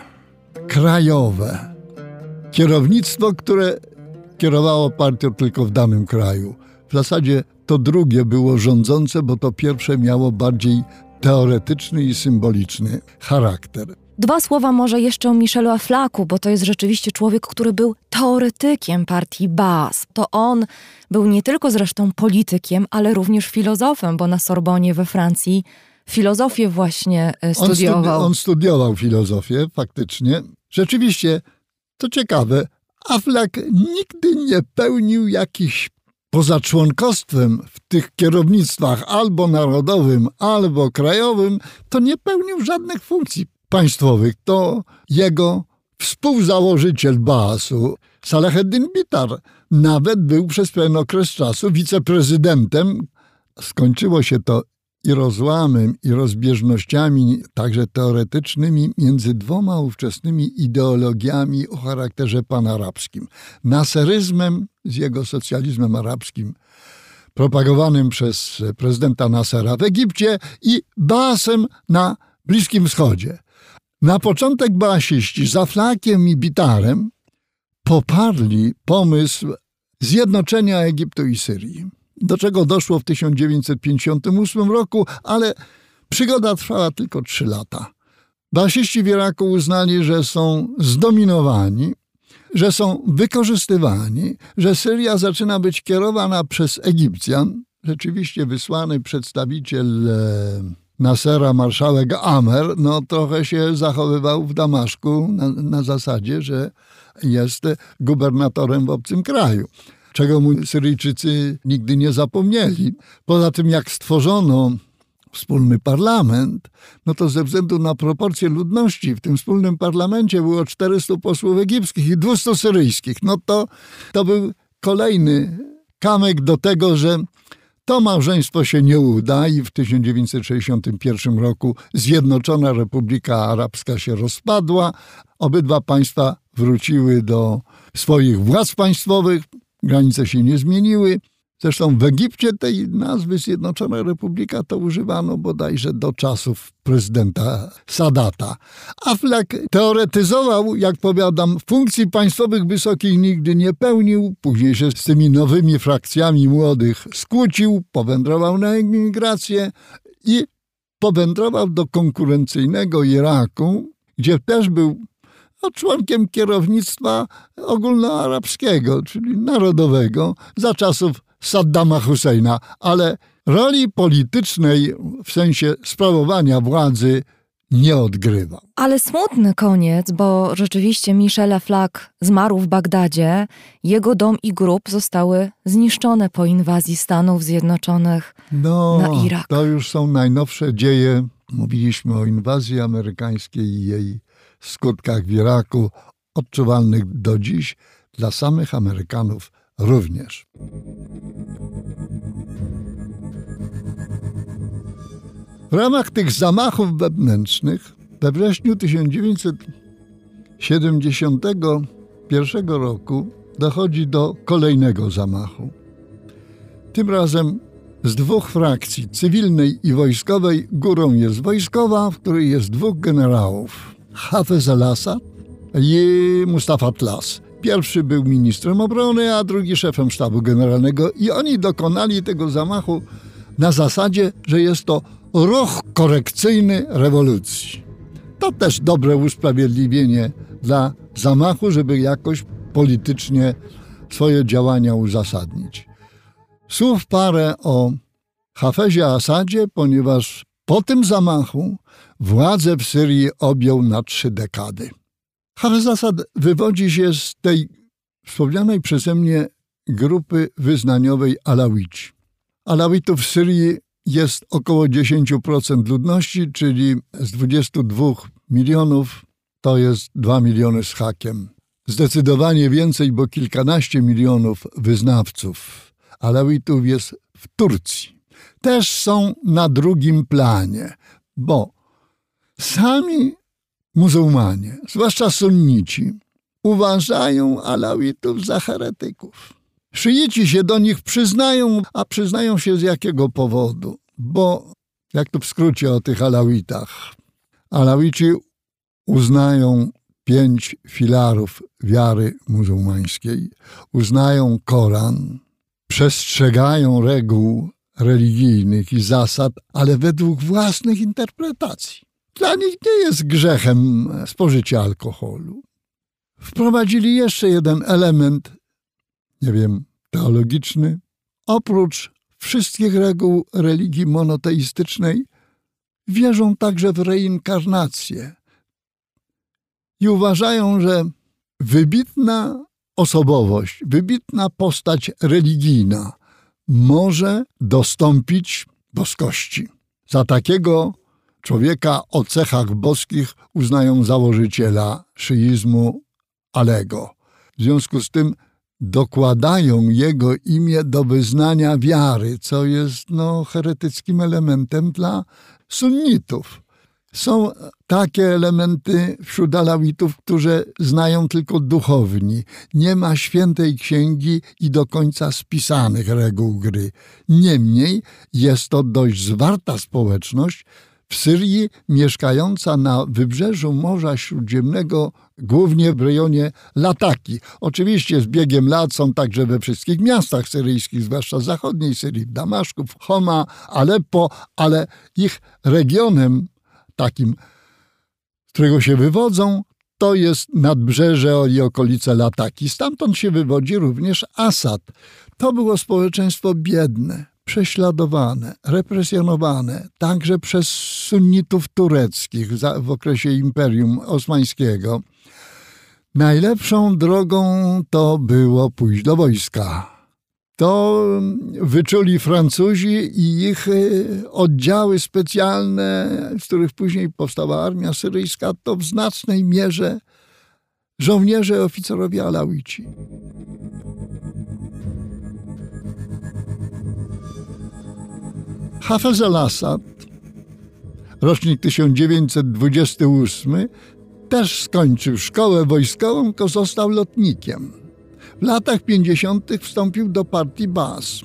krajowe. Kierownictwo, które kierowało partią tylko w danym kraju. W zasadzie to drugie było rządzące, bo to pierwsze miało bardziej teoretyczny i symboliczny charakter. Dwa słowa może jeszcze o Michelu Aflaku, bo to jest rzeczywiście człowiek, który był teoretykiem partii Baas. To on był nie tylko zresztą politykiem, ale również filozofem, bo na Sorbonie we Francji filozofię właśnie studiował. On, studi- on studiował filozofię, faktycznie. Rzeczywiście, to ciekawe, Aflak nigdy nie pełnił jakichś poza członkostwem w tych kierownictwach albo narodowym, albo krajowym, to nie pełnił żadnych funkcji państwowych. To jego współzałożyciel Baasu, Salaheddin Bitar, nawet był przez pewien okres czasu wiceprezydentem. Skończyło się to i rozłamem, i rozbieżnościami, także teoretycznymi, między dwoma ówczesnymi ideologiami o charakterze panarabskim. Naseryzmem z jego socjalizmem arabskim, propagowanym przez prezydenta Nasera w Egipcie, i Baasem na Bliskim Wschodzie. Na początek baasiści z Aflakiem i Bitarem poparli pomysł zjednoczenia Egiptu i Syrii, do czego doszło w tysiąc dziewięćset pięćdziesiątym ósmym roku, ale przygoda trwała tylko trzy lata. Baasiści w Iraku uznali, że są zdominowani, że są wykorzystywani, że Syria zaczyna być kierowana przez Egipcjan. Rzeczywiście wysłany przedstawiciel Nasera, marszałek Amer, no trochę się zachowywał w Damaszku na, na zasadzie, że jest gubernatorem w obcym kraju, czego mu Syryjczycy nigdy nie zapomnieli. Poza tym, jak stworzono wspólny parlament, no to ze względu na proporcje ludności w tym wspólnym parlamencie było czterystu posłów egipskich i dwustu syryjskich. No to, to był kolejny kamyk do tego, że to małżeństwo się nie uda i w tysiąc dziewięćset sześćdziesiątym pierwszym roku Zjednoczona Republika Arabska się rozpadła. Obydwa państwa wróciły do swoich władz państwowych, granice się nie zmieniły. Zresztą w Egipcie tej nazwy Zjednoczona Republika to używano bodajże do czasów prezydenta Sadata. Aflak teoretyzował, jak powiadam, funkcji państwowych wysokich nigdy nie pełnił, później się z tymi nowymi frakcjami młodych skłócił, powędrował na emigrację i powędrował do konkurencyjnego Iraku, gdzie też był no, członkiem kierownictwa ogólnoarabskiego, czyli narodowego, za czasów Saddama Husseina, ale roli politycznej w sensie sprawowania władzy nie odgrywał. Ale smutny koniec, bo rzeczywiście Michel Aflaq zmarł w Bagdadzie. Jego dom i grób zostały zniszczone po inwazji Stanów Zjednoczonych no, na Irak. To już są najnowsze dzieje. Mówiliśmy o inwazji amerykańskiej i jej skutkach w Iraku, odczuwalnych do dziś dla samych Amerykanów również. W ramach tych zamachów wewnętrznych we wrześniu tysiąc dziewięćset siedemdziesiątego pierwszego roku dochodzi do kolejnego zamachu. Tym razem z dwóch frakcji, cywilnej i wojskowej. Górą jest wojskowa, w której jest dwóch generałów, Hafez al-Assad i Mustafa Tlas. Pierwszy był ministrem obrony, a drugi szefem sztabu generalnego i oni dokonali tego zamachu na zasadzie, że jest to ruch korekcyjny rewolucji. To też dobre usprawiedliwienie dla zamachu, żeby jakoś politycznie swoje działania uzasadnić. Słów parę o Hafezie Assadzie, ponieważ po tym zamachu władzę w Syrii objął na trzy dekady. Hafez Assad wywodzi się z tej wspomnianej przeze mnie grupy wyznaniowej Alawici. Alawitów w Syrii jest około dziesięć procent ludności, czyli z dwudziestu dwóch milionów to jest dwa miliony z hakiem. Zdecydowanie więcej, bo kilkanaście milionów wyznawców Alawitów jest w Turcji. Też są na drugim planie, bo sami muzułmanie, zwłaszcza sunnici, uważają Alawitów za heretyków. Szyici się do nich przyznają, a przyznają się z jakiego powodu? Bo, jak to w skrócie o tych Alawitach, Alawici uznają pięć filarów wiary muzułmańskiej, uznają Koran, przestrzegają reguł religijnych i zasad, ale według własnych interpretacji. Dla nich nie jest grzechem spożycie alkoholu. Wprowadzili jeszcze jeden element, nie wiem, teologiczny. Oprócz wszystkich reguł religii monoteistycznej wierzą także w reinkarnację. i uważają, że wybitna osobowość, wybitna postać religijna może dostąpić boskości. Za takiego człowieka o cechach boskich uznają założyciela szyizmu Alego. W związku z tym dokładają jego imię do wyznania wiary, co jest no, heretyckim elementem dla sunnitów. Są takie elementy wśród alawitów, którzy znają tylko duchowni. Nie ma świętej księgi i do końca spisanych reguł gry. Niemniej jest to dość zwarta społeczność w Syrii, mieszkająca na wybrzeżu Morza Śródziemnego, głównie w rejonie Lataki. Oczywiście z biegiem lat są także we wszystkich miastach syryjskich, zwłaszcza zachodniej Syrii, w Damaszku, w Homa, Aleppo, ale ich regionem takim, z którego się wywodzą, to jest nadbrzeże i okolice Lataki. Stamtąd się wywodzi również Asad. To było społeczeństwo biedne, prześladowane, represjonowane, także przez sunnitów tureckich w okresie Imperium Osmańskiego. Najlepszą drogą to było pójść do wojska. To wyczuli Francuzi i ich oddziały specjalne, z których później powstała armia syryjska, to w znacznej mierze żołnierze i oficerowie alawici. Hafez al-Assad, rocznik tysiąc dziewięćset dwudziesty ósmy, też skończył szkołę wojskową, tylko został lotnikiem. W latach pięćdziesiątych wstąpił do partii Baas.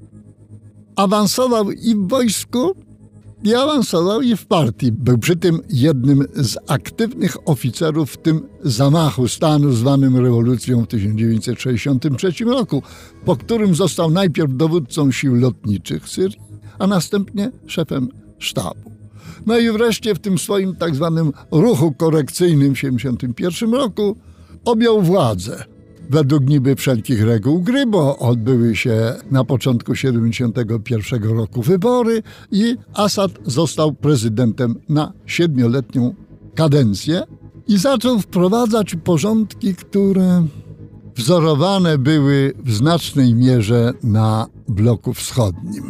Awansował i w wojsku, i awansował i w partii. Był przy tym jednym z aktywnych oficerów w tym zamachu stanu zwanym rewolucją w tysiąc dziewięćset sześćdziesiątym trzecim roku, po którym został najpierw dowódcą sił lotniczych Syrii, a następnie szefem sztabu. No i wreszcie w tym swoim tak zwanym ruchu korekcyjnym w tysiąc dziewięćset siedemdziesiątym pierwszym roku objął władzę. Według niby wszelkich reguł gry, bo odbyły się na początku tysiąc dziewięćset siedemdziesiątego pierwszego roku wybory i Assad został prezydentem na siedmioletnią kadencję i zaczął wprowadzać porządki, które wzorowane były w znacznej mierze na bloku wschodnim.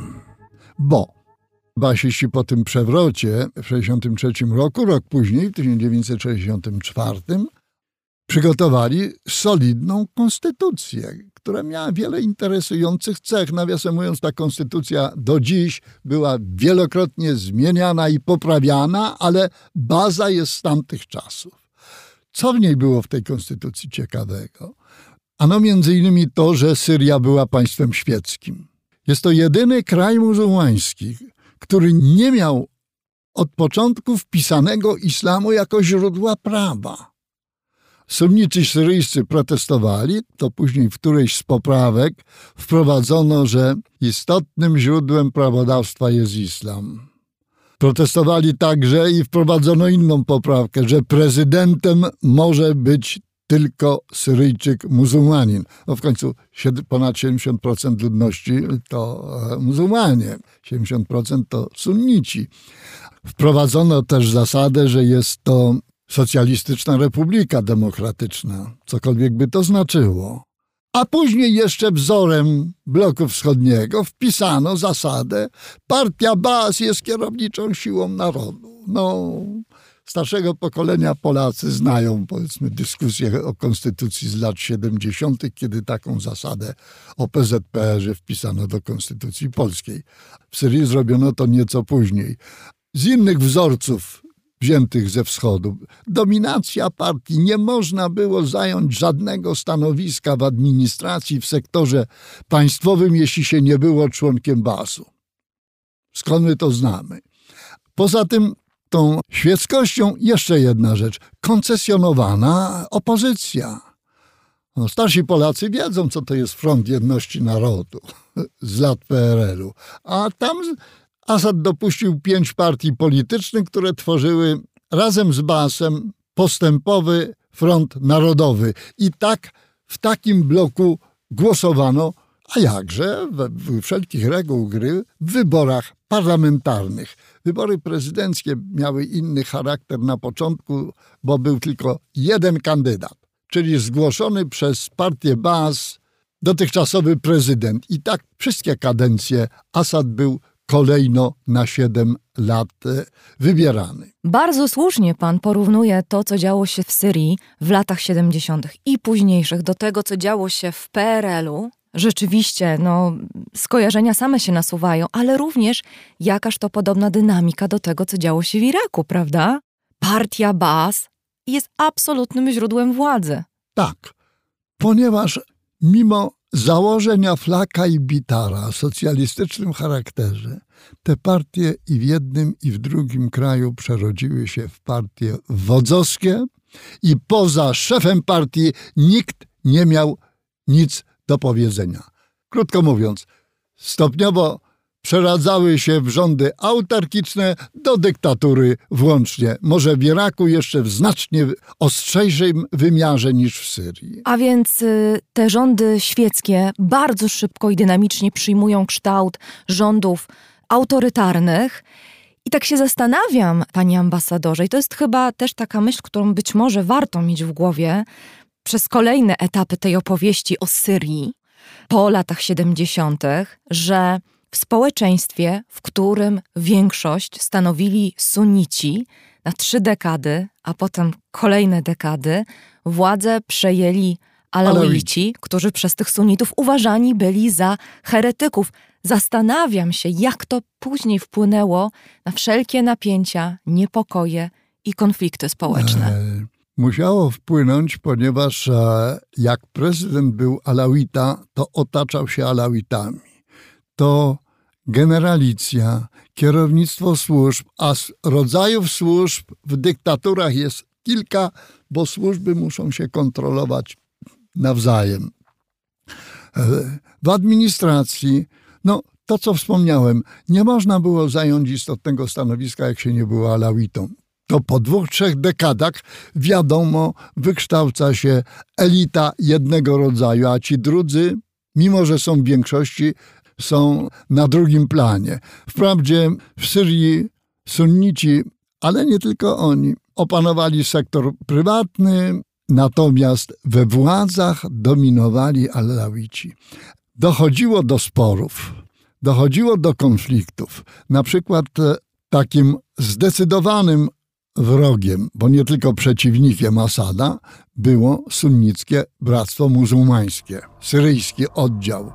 Bo basiści po tym przewrocie w tysiąc dziewięćset sześćdziesiątym trzecim roku, rok później, w tysiąc dziewięćset sześćdziesiątym czwartym, przygotowali solidną konstytucję, która miała wiele interesujących cech. Nawiasem mówiąc, ta konstytucja do dziś była wielokrotnie zmieniana i poprawiana, ale baza jest z tamtych czasów. Co w niej było w tej konstytucji ciekawego? Ano między innymi to, że Syria była państwem świeckim. Jest to jedyny kraj muzułmański, który nie miał od początku wpisanego islamu jako źródła prawa. Sunnici syryjscy protestowali, to później w którejś z poprawek wprowadzono, że istotnym źródłem prawodawstwa jest islam. Protestowali także i wprowadzono inną poprawkę, że prezydentem może być tylko Syryjczyk muzułmanin. No w końcu ponad siedemdziesiąt procent ludności to muzułmanie, siedemdziesiąt procent to sunnici. Wprowadzono też zasadę, że jest to socjalistyczna republika demokratyczna, cokolwiek by to znaczyło. A później jeszcze wzorem bloku wschodniego wpisano zasadę: partia Baas jest kierowniczą siłą narodu. No, starszego pokolenia Polacy znają, powiedzmy, dyskusję o konstytucji z lat siedemdziesiątych, kiedy taką zasadę o P Z P R-ze wpisano do konstytucji polskiej. W Syrii zrobiono to nieco później. Z innych wzorców wziętych ze wschodu. Dominacja partii. Nie można było zająć żadnego stanowiska w administracji, w sektorze państwowym, jeśli się nie było członkiem Baasu. Skąd my to znamy? Poza tym tą świeckością jeszcze jedna rzecz. Koncesjonowana opozycja. No, starsi Polacy wiedzą, co to jest Front Jedności Narodu z lat P R L u. A tam Assad dopuścił pięć partii politycznych, które tworzyły razem z Baasem postępowy Front Narodowy. I tak w takim bloku głosowano A jakże, w wszelkich reguł gry, w wyborach parlamentarnych. Wybory prezydenckie miały inny charakter na początku, bo był tylko jeden kandydat, czyli zgłoszony przez partię Baas dotychczasowy prezydent. I tak wszystkie kadencje Assad był kolejno na siedem lat wybierany. Bardzo słusznie pan porównuje to, co działo się w Syrii w latach siedemdziesiątych i późniejszych do tego, co działo się w P R L-u. Rzeczywiście, no, skojarzenia same się nasuwają, ale również jakaż to podobna dynamika do tego, co działo się w Iraku, prawda? Partia Baas jest absolutnym źródłem władzy. Tak, ponieważ mimo założenia Flaka i Bitara o socjalistycznym charakterze, te partie i w jednym, i w drugim kraju przerodziły się w partie wodzowskie i poza szefem partii nikt nie miał nic do powiedzenia. Krótko mówiąc, stopniowo przeradzały się w rządy autarkiczne do dyktatury włącznie. Może w Iraku jeszcze w znacznie ostrzejszym wymiarze niż w Syrii. A więc y, te rządy świeckie bardzo szybko i dynamicznie przyjmują kształt rządów autorytarnych. I tak się zastanawiam, panie ambasadorze, i to jest chyba też taka myśl, którą być może warto mieć w głowie przez kolejne etapy tej opowieści o Syrii po latach siedemdziesiątych, że w społeczeństwie, w którym większość stanowili sunnici na trzy dekady, a potem kolejne dekady, władzę przejęli Alawici, którzy przez tych sunnitów uważani byli za heretyków. Zastanawiam się, jak to później wpłynęło na wszelkie napięcia, niepokoje i konflikty społeczne. E, musiało wpłynąć, ponieważ e, jak prezydent był Alawita, to otaczał się Alawitami. To generalicja, kierownictwo służb, a rodzajów służb w dyktaturach jest kilka, bo służby muszą się kontrolować nawzajem. W administracji, no to co wspomniałem, nie można było zająć istotnego stanowiska, jak się nie było alawitą. To po dwóch, trzech dekadach, wiadomo, wykształca się elita jednego rodzaju, a ci drudzy, mimo że są w większości, są na drugim planie. Wprawdzie w Syrii sunnici, ale nie tylko oni, opanowali sektor prywatny, natomiast we władzach dominowali alawici. Dochodziło do sporów, dochodziło do konfliktów. Na przykład takim zdecydowanym wrogiem, bo nie tylko przeciwnikiem Asada, było sunnickie Bractwo Muzułmańskie, syryjski oddział.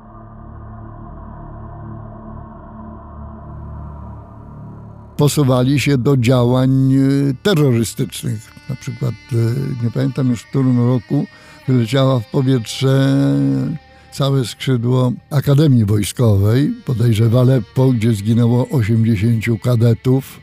Posuwali się do działań terrorystycznych. Na przykład, nie pamiętam już w którym roku, wyleciała w powietrze całe skrzydło Akademii Wojskowej, bodajże w Aleppo, gdzie zginęło osiemdziesięciu kadetów.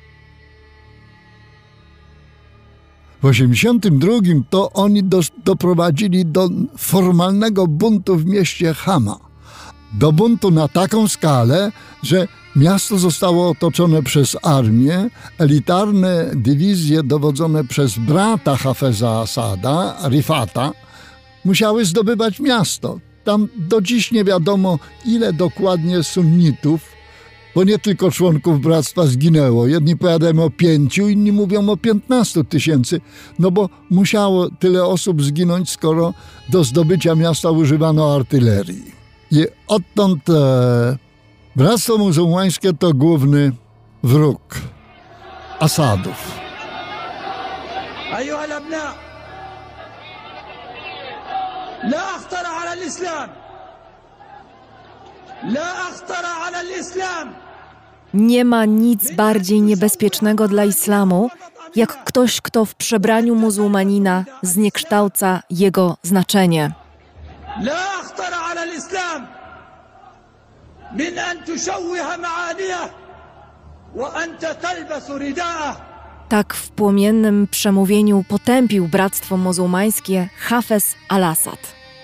W osiemdziesiątym drugim to oni do, doprowadzili do formalnego buntu w mieście Hama. Do buntu na taką skalę, że miasto zostało otoczone przez armię, elitarne dywizje dowodzone przez brata Hafeza Asada, Rifata, musiały zdobywać miasto. Tam do dziś nie wiadomo, ile dokładnie sunnitów, bo nie tylko członków bractwa zginęło. Jedni powiadają o pięciu, inni mówią o piętnastu tysięcy, no bo musiało tyle osób zginąć, skoro do zdobycia miasta używano artylerii. I odtąd e, Bractwo Muzułmańskie to główny wróg Asadów. أيها الأبناء لا أخطر على الإسلام لا أخطر على الإسلام. Nie ma nic bardziej niebezpiecznego dla islamu, jak ktoś, kto w przebraniu muzułmanina zniekształca jego znaczenie. لا أخطر على الإسلام من أن تشوه معانيه وأنت تلبس رداءه. Tak w płomiennym przemówieniu potępił Bractwo Muzułmańskie Hafez al-Assad.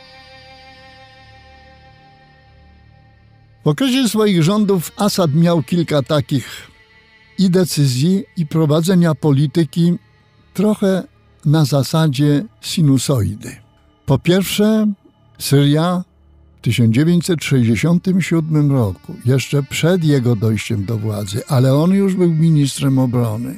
W okresie swoich rządów Asad miał kilka takich i decyzji, i prowadzenia polityki trochę na zasadzie sinusoidy. Po pierwsze, Syria tysiąc dziewięćset sześćdziesiątym siódmym roku, jeszcze przed jego dojściem do władzy, ale on już był ministrem obrony,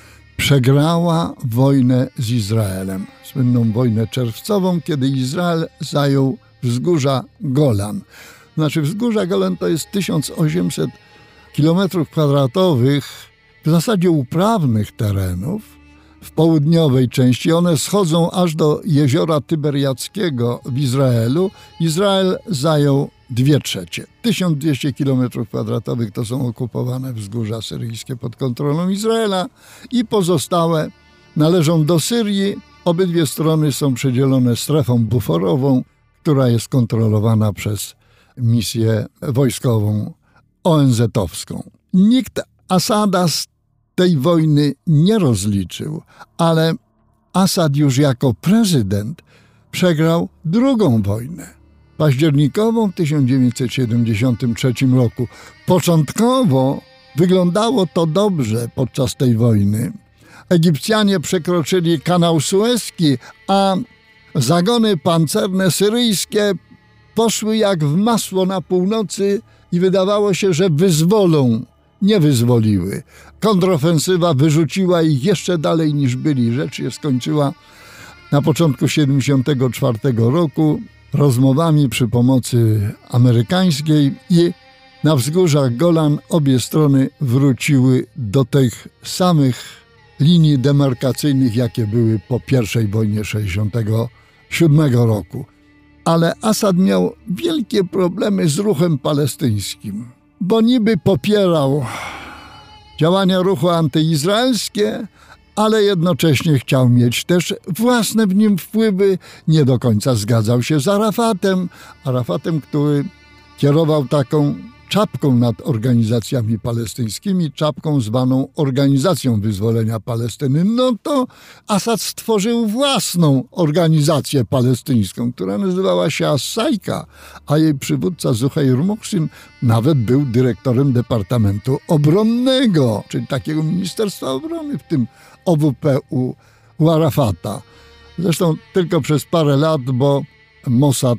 przegrała wojnę z Izraelem, słynną wojnę czerwcową, kiedy Izrael zajął wzgórza Golan. Znaczy wzgórza Golan to jest tysiąc osiemset kilometrów kwadratowych, w zasadzie uprawnych terenów w południowej części. One schodzą aż do jeziora Tyberiackiego w Izraelu. Izrael zajął dwie trzecie. tysiąc dwieście kilometrów kwadratowych to są okupowane wzgórza syryjskie pod kontrolą Izraela i pozostałe należą do Syrii. Obydwie strony są przedzielone strefą buforową, która jest kontrolowana przez misję wojskową O N Z-owską. Nikt Asada z tej wojny nie rozliczył, ale Asad już jako prezydent przegrał drugą wojnę, październikową w tysiąc dziewięćset siedemdziesiątym trzecim roku. Początkowo wyglądało to dobrze podczas tej wojny. Egipcjanie przekroczyli kanał Sueski, a zagony pancerne syryjskie poszły jak w masło na północy i wydawało się, że wyzwolą. Nie wyzwoliły. Kontrofensywa wyrzuciła ich jeszcze dalej niż byli. Rzecz się skończyła na początku siedemdziesiątego czwartego roku rozmowami przy pomocy amerykańskiej i na wzgórzach Golan obie strony wróciły do tych samych linii demarkacyjnych, jakie były po pierwszej wojnie sześćdziesiątego siódmego roku. Ale Asad miał wielkie problemy z ruchem palestyńskim, bo niby popierał działania ruchu antyizraelskie, ale jednocześnie chciał mieć też własne w nim wpływy. Nie do końca zgadzał się z Arafatem. Arafatem, który kierował taką czapką nad organizacjami palestyńskimi, czapką zwaną Organizacją Wyzwolenia Palestyny. No to Asad stworzył własną organizację palestyńską, która nazywała się As-Sajka, a jej przywódca Zuhair Muhsin nawet był dyrektorem Departamentu Obronnego, czyli takiego Ministerstwa Obrony w tym O W P u, u Arafata. Zresztą tylko przez parę lat, bo Mossad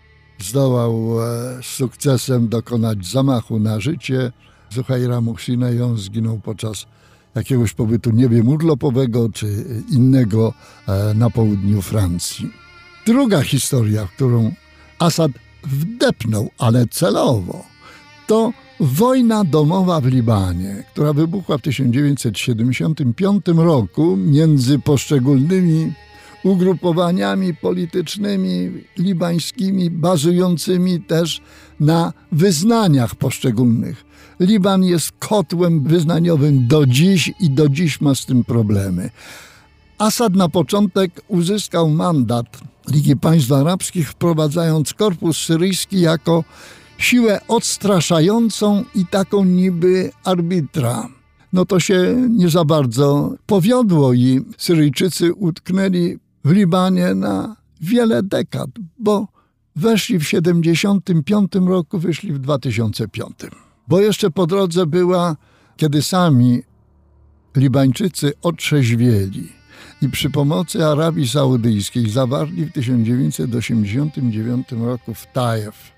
zdołał z sukcesem dokonać zamachu na życie Zuhaira Muhsina i on zginął podczas jakiegoś pobytu, nie wiem, urlopowego czy innego na południu Francji. Druga historia, w którą Asad wdepnął, ale celowo, to wojna domowa w Libanie, która wybuchła w tysiąc dziewięćset siedemdziesiątym piątym roku między poszczególnymi ugrupowaniami politycznymi libańskimi, bazującymi też na wyznaniach poszczególnych. Liban jest kotłem wyznaniowym do dziś i do dziś ma z tym problemy. Asad na początek uzyskał mandat Ligi Państw Arabskich, wprowadzając korpus syryjski jako siłę odstraszającą i taką niby arbitra. No to się nie za bardzo powiodło i Syryjczycy utknęli w Libanie na wiele dekad, bo weszli w siedemdziesiątym piątym roku, wyszli w dwa tysiące piątym. Bo jeszcze po drodze była, kiedy sami Libańczycy otrzeźwieli i przy pomocy Arabii Saudyjskiej zawarli w tysiąc dziewięćset osiemdziesiątym dziewiątym roku w Tajef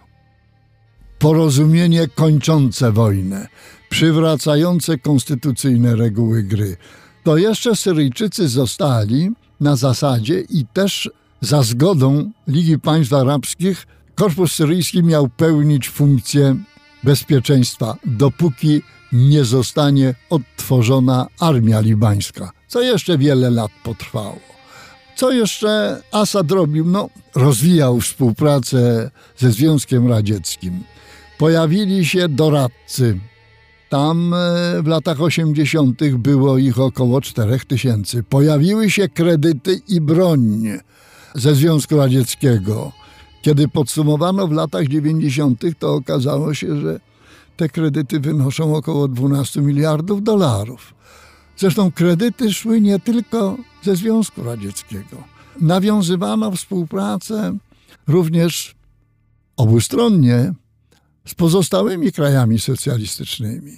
porozumienie kończące wojnę, przywracające konstytucyjne reguły gry. To jeszcze Syryjczycy zostali na zasadzie i też za zgodą Ligi Państw Arabskich korpus syryjski miał pełnić funkcję bezpieczeństwa, dopóki nie zostanie odtworzona armia libańska, co jeszcze wiele lat potrwało. Co jeszcze Asad robił? No, rozwijał współpracę ze Związkiem Radzieckim. Pojawili się doradcy. Tam w latach osiemdziesiątych było ich około czterech tysięcy. Pojawiły się kredyty i broń ze Związku Radzieckiego. Kiedy podsumowano w latach dziewięćdziesiątych, to okazało się, że te kredyty wynoszą około dwanaście miliardów dolarów. Zresztą kredyty szły nie tylko ze Związku Radzieckiego. Nawiązywano współpracę również obustronnie z pozostałymi krajami socjalistycznymi.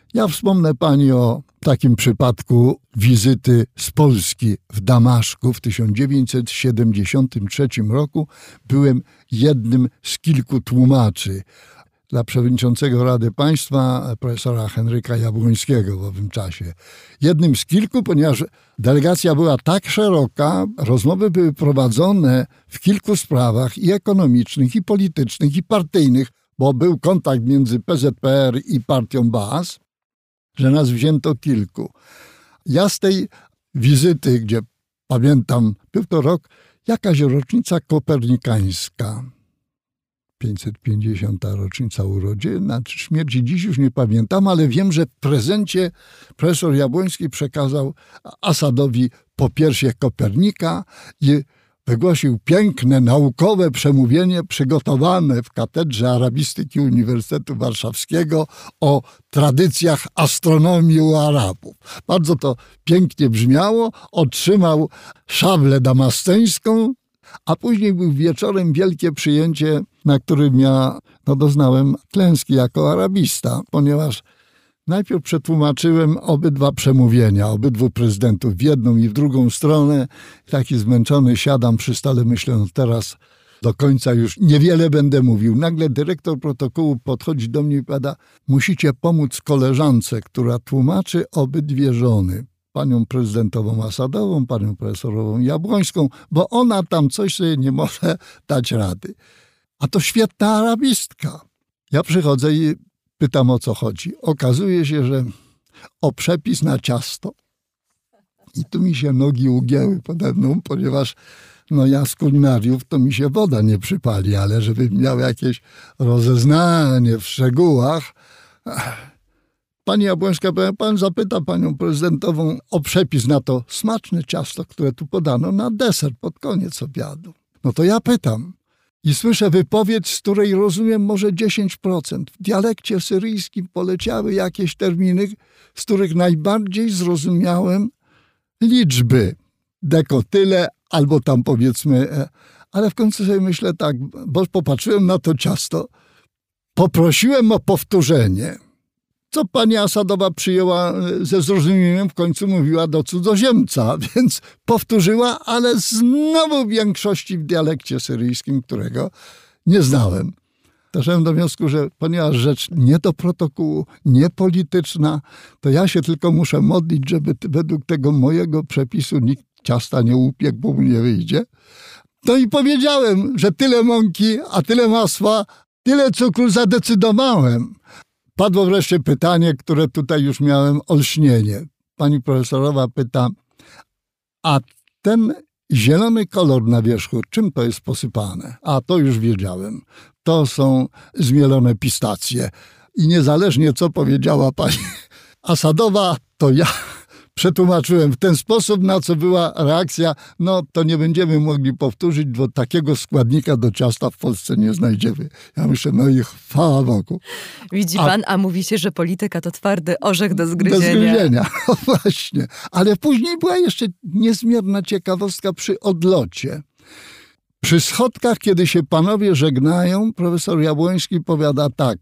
Ja wspomnę pani o takim przypadku wizyty z Polski w Damaszku w tysiąc dziewięćset siedemdziesiątym trzecim roku. Byłem jednym z kilku tłumaczy dla przewodniczącego Rady Państwa, profesora Henryka Jabłońskiego w owym czasie. Jednym z kilku, ponieważ delegacja była tak szeroka, rozmowy były prowadzone w kilku sprawach i ekonomicznych, i politycznych, i partyjnych, bo był kontakt między P Z P R i partią Baas, że nas wzięto kilku. Ja z tej wizyty, gdzie pamiętam, był to rok, jakaś rocznica kopernikańska, pięćset pięćdziesiąta rocznica urodzin, znaczy śmierci dziś już nie pamiętam, ale wiem, że w prezencie profesor Jabłoński przekazał Asadowi popiersie Kopernika i wygłosił piękne, naukowe przemówienie przygotowane w Katedrze Arabistyki Uniwersytetu Warszawskiego o tradycjach astronomii u Arabów. Bardzo to pięknie brzmiało. Otrzymał szablę damasceńską, a później był wieczorem wielkie przyjęcie, na którym ja no, doznałem klęski jako arabista, ponieważ najpierw przetłumaczyłem obydwa przemówienia, obydwu prezydentów w jedną i w drugą stronę. Taki zmęczony siadam przy stole, myślę, no teraz do końca już niewiele będę mówił. Nagle dyrektor protokołu podchodzi do mnie i powiada: musicie pomóc koleżance, która tłumaczy obydwie żony. Panią prezydentową Asadową, panią profesorową Jabłońską, bo ona tam coś sobie nie może dać rady. A to świetna arabistka. Ja przychodzę i pytam, o co chodzi. Okazuje się, że o przepis na ciasto. I tu mi się nogi ugięły pode mną, ponieważ no ja z kulinariów to mi się woda nie przypali, ale żebym miał jakieś rozeznanie w szczegółach. Pani Jabłońska, pan zapyta panią prezydentową o przepis na to smaczne ciasto, które tu podano na deser pod koniec obiadu. No to ja pytam i słyszę wypowiedź, z której rozumiem może dziesięć procent. W dialekcie syryjskim poleciały jakieś terminy, z których najbardziej zrozumiałem liczby. Deko tyle, albo tam powiedzmy, ale w końcu sobie myślę tak, bo popatrzyłem na to ciasto, poprosiłem o powtórzenie. Co pani Asadowa przyjęła ze zrozumieniem, w końcu mówiła do cudzoziemca, więc powtórzyła, ale znowu w większości w dialekcie syryjskim, którego nie znałem. Doszedłem do wniosku, że ponieważ rzecz nie do protokołu, nie polityczna, to ja się tylko muszę modlić, żeby według tego mojego przepisu nikt ciasta nie upiekł, bo mu nie wyjdzie. No i powiedziałem, że tyle mąki, a tyle masła, tyle cukru zadecydowałem. Padło wreszcie pytanie, które tutaj już miałem olśnienie. Pani profesorowa pyta, a ten zielony kolor na wierzchu, czym to jest posypane? A to już wiedziałem. To są zmielone pistacje. I niezależnie co powiedziała pani Asadowa, to ja przetłumaczyłem w ten sposób, na co była reakcja: no to nie będziemy mogli powtórzyć, bo takiego składnika do ciasta w Polsce nie znajdziemy. Ja myślę, no i chwała Bogu. Widzi a, pan, a mówi się, że polityka to twardy orzech do zgryzienia. Do zgryzienia, no właśnie. Ale później była jeszcze niezmierna ciekawostka przy odlocie. Przy schodkach, kiedy się panowie żegnają, profesor Jabłoński powiada tak: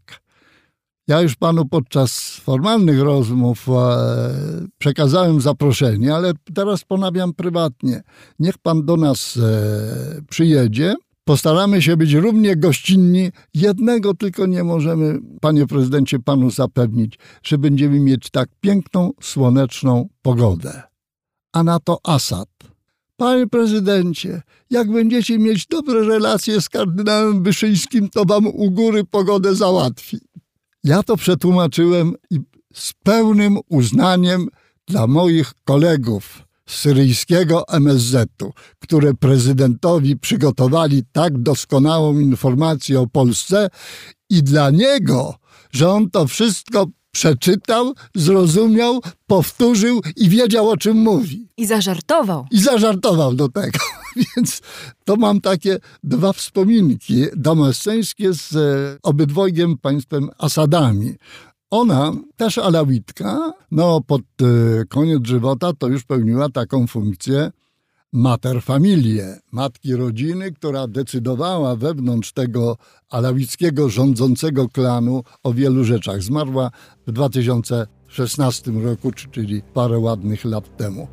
ja już panu podczas formalnych rozmów e, przekazałem zaproszenie, ale teraz ponawiam prywatnie. Niech pan do nas e, przyjedzie. Postaramy się być równie gościnni. Jednego tylko nie możemy, panie prezydencie, panu zapewnić, że będziemy mieć tak piękną, słoneczną pogodę. A na to Asad: panie prezydencie, jak będziecie mieć dobre relacje z kardynałem Wyszyńskim, to wam u góry pogodę załatwi. Ja to przetłumaczyłem i z pełnym uznaniem dla moich kolegów z syryjskiego M S Z-u, które prezydentowi przygotowali tak doskonałą informację o Polsce, i dla niego, że on to wszystko przeczytał, zrozumiał, powtórzył i wiedział, o czym mówi. I zażartował. I zażartował do tego. Więc to mam takie dwa wspominki damasceńskie z obydwojgiem państwem Asadami. Ona, też Alawitka, no pod koniec żywota to już pełniła taką funkcję mater familiae, matki rodziny, która decydowała wewnątrz tego alawickiego rządzącego klanu o wielu rzeczach. Zmarła w dwa tysiące szesnastym roku, czyli parę ładnych lat temu.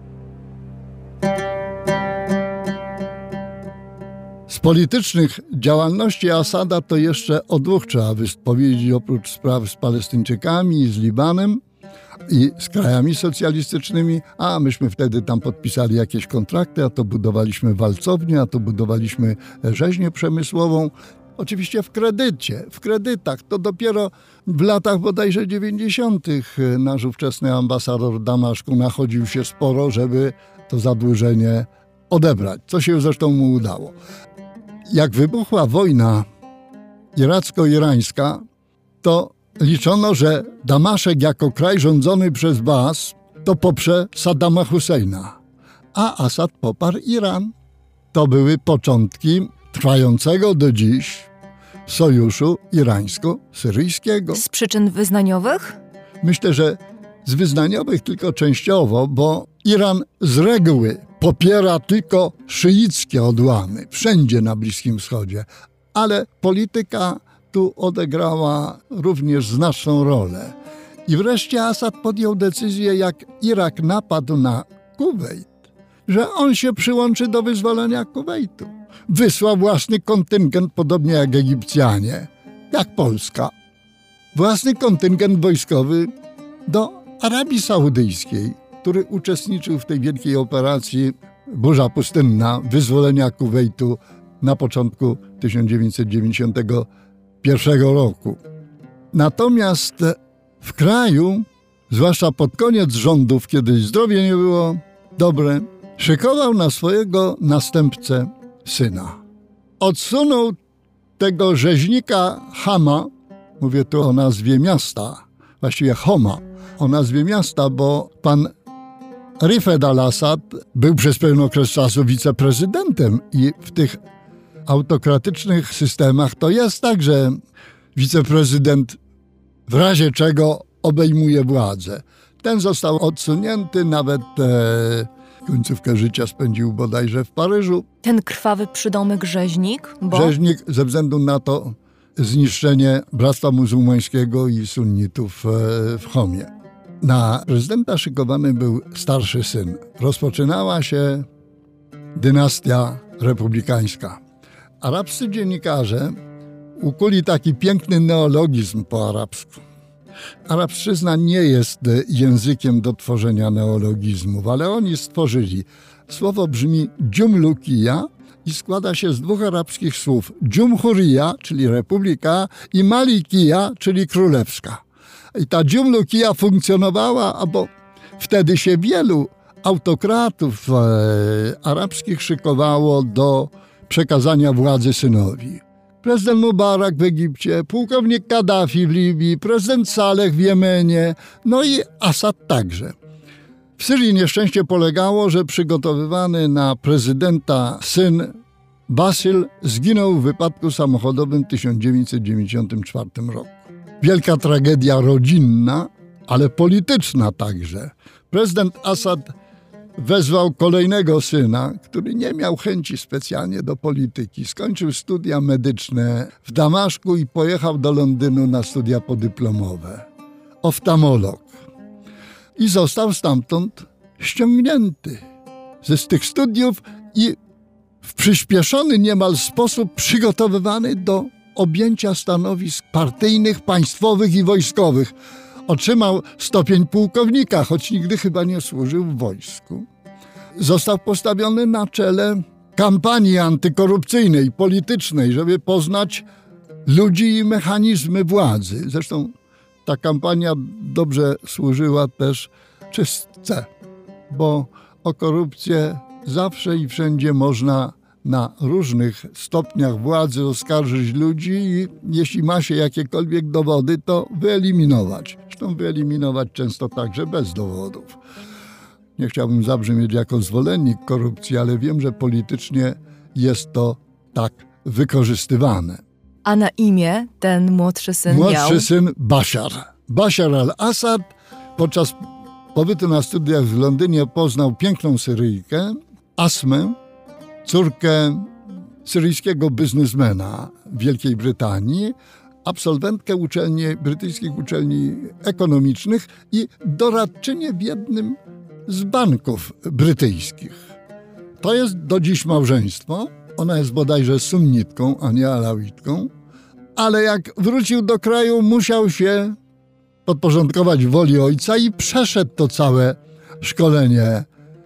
Z politycznych działalności Asada to jeszcze o dwóch trzeba powiedzieć, oprócz spraw z Palestyńczykami, z Libanem i z krajami socjalistycznymi, a myśmy wtedy tam podpisali jakieś kontrakty, a to budowaliśmy walcownię, a to budowaliśmy rzeźnię przemysłową. Oczywiście w kredycie, w kredytach. To dopiero w latach bodajże dziewięćdziesiątych nasz ówczesny ambasador w Damaszku nachodził się sporo, żeby to zadłużenie odebrać, co się zresztą mu udało. Jak wybuchła wojna iracko-irańska, to liczono, że Damaszek jako kraj rządzony przez Baas to poprze Saddama Husseina, a Asad poparł Iran. To były początki trwającego do dziś sojuszu irańsko-syryjskiego. Z przyczyn wyznaniowych? Myślę, że z wyznaniowych tylko częściowo, bo Iran z reguły popiera tylko szyickie odłamy, wszędzie na Bliskim Wschodzie, ale polityka tu odegrała również znaczną rolę. I wreszcie Asad podjął decyzję, jak Irak napadł na Kuwejt, że on się przyłączy do wyzwolenia Kuwejtu. Wysłał własny kontyngent, podobnie jak Egipcjanie, jak Polska. Własny kontyngent wojskowy do Arabii Saudyjskiej, który uczestniczył w tej wielkiej operacji Burza Pustynna, wyzwolenia Kuwejtu na początku tysiąc dziewięćset dziewięćdziesiątego pierwszego roku. Natomiast w kraju, zwłaszcza pod koniec rządów, kiedy zdrowie nie było dobre, szykował na swojego następcę syna. Odsunął tego rzeźnika Hama, mówię tu o nazwie miasta, właściwie Homa, o nazwie miasta, bo pan Rifed al-Assad był przez pewien okres czasu wiceprezydentem i w tych autokratycznych systemach to jest tak, że wiceprezydent w razie czego obejmuje władzę. Ten został odsunięty, nawet e, końcówkę życia spędził bodajże w Paryżu. Ten krwawy przydomek Rzeźnik? Bo... Rzeźnik ze względu na to zniszczenie Bractwa Muzułmańskiego i sunnitów e, w Homie. Na prezydenta szykowany był starszy syn. Rozpoczynała się dynastia republikańska. Arabscy dziennikarze ukuli taki piękny neologizm po arabsku. Arabszczyzna nie jest językiem do tworzenia neologizmów, ale oni stworzyli. Słowo brzmi dżumlukija i składa się z dwóch arabskich słów. Dżumhurija, czyli republika, i malikija, czyli królewska. I ta dżumlukija funkcjonowała, bo wtedy się wielu autokratów e, arabskich szykowało do przekazania władzy synowi. Prezydent Mubarak w Egipcie, pułkownik Kaddafi w Libii, prezydent Saleh w Jemenie, no i Assad także. W Syrii nieszczęście polegało, że przygotowywany na prezydenta syn Basil zginął w wypadku samochodowym w tysiąc dziewięćset dziewięćdziesiątym czwartym roku. Wielka tragedia rodzinna, ale polityczna także. Prezydent Assad wezwał kolejnego syna, który nie miał chęci specjalnie do polityki. Skończył studia medyczne w Damaszku i pojechał do Londynu na studia podyplomowe. Oftalmolog. I został stamtąd ściągnięty ze z tych studiów i w przyspieszony niemal sposób przygotowywany do objęcia stanowisk partyjnych, państwowych i wojskowych. Otrzymał stopień pułkownika, choć nigdy chyba nie służył w wojsku. Został postawiony na czele kampanii antykorupcyjnej, politycznej, żeby poznać ludzi i mechanizmy władzy. Zresztą ta kampania dobrze służyła też czystce, bo o korupcję zawsze i wszędzie można na różnych stopniach władzy oskarżyć ludzi i jeśli ma się jakiekolwiek dowody, to wyeliminować. Zresztą wyeliminować często także bez dowodów. Nie chciałbym zabrzmieć jako zwolennik korupcji, ale wiem, że politycznie jest to tak wykorzystywane. A na imię ten młodszy syn Młodszy miał? Młodszy syn Bashar. Bashar al-Assad podczas pobytu na studiach w Londynie poznał piękną Syryjkę, Asmę, córkę syryjskiego biznesmena w Wielkiej Brytanii, absolwentkę uczelni, brytyjskich uczelni ekonomicznych i doradczynię w jednym z banków brytyjskich. To jest do dziś małżeństwo. Ona jest bodajże sunnitką, a nie alawitką. Ale jak wrócił do kraju, musiał się podporządkować woli ojca i przeszedł to całe szkolenie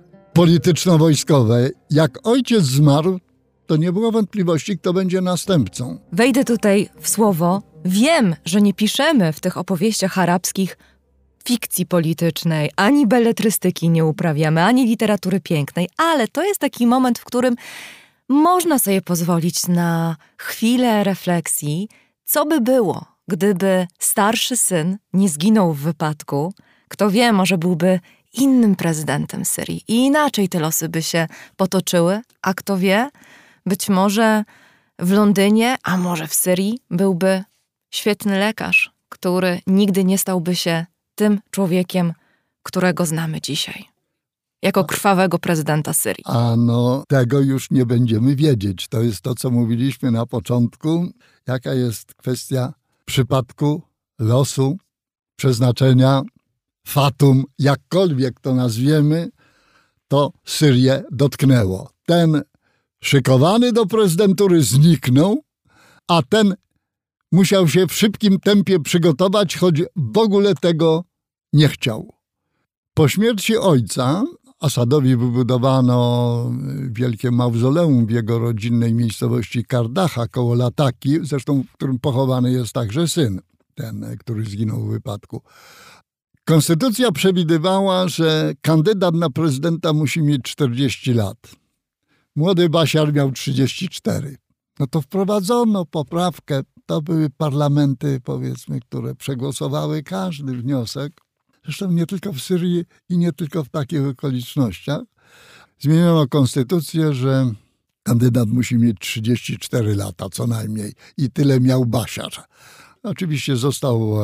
polityczno-wojskowe. Jak ojciec zmarł, to nie było wątpliwości, kto będzie następcą. Wejdę tutaj w słowo. Wiem, że nie piszemy w tych opowieściach arabskich fikcji politycznej, ani beletrystyki nie uprawiamy, ani literatury pięknej, ale to jest taki moment, w którym można sobie pozwolić na chwilę refleksji, co by było, gdyby starszy syn nie zginął w wypadku. Kto wie, może byłby innym prezydentem Syrii i inaczej te losy by się potoczyły, a kto wie, być może w Londynie, a może w Syrii byłby świetny lekarz, który nigdy nie stałby się tym człowiekiem, którego znamy dzisiaj, jako krwawego prezydenta Syrii. A no, tego już nie będziemy wiedzieć. To jest to, co mówiliśmy na początku. Jaka jest kwestia przypadku, losu, przeznaczenia, fatum, jakkolwiek to nazwiemy, to Syrię dotknęło. Ten szykowany do prezydentury zniknął, a ten musiał się w szybkim tempie przygotować, choć w ogóle tego nie chciał. Po śmierci ojca Asadowi wybudowano wielkie mauzoleum w jego rodzinnej miejscowości Kardacha koło Lataki, zresztą w którym pochowany jest także syn, ten, który zginął w wypadku. Konstytucja przewidywała, że kandydat na prezydenta musi mieć czterdzieści lat. Młody Basiar miał trzydzieści cztery. No to wprowadzono poprawkę. To były parlamenty, powiedzmy, które przegłosowały każdy wniosek. Zresztą nie tylko w Syrii i nie tylko w takich okolicznościach. Zmieniono konstytucję, że kandydat musi mieć trzydzieści cztery lata co najmniej i tyle miał Basiar. Oczywiście został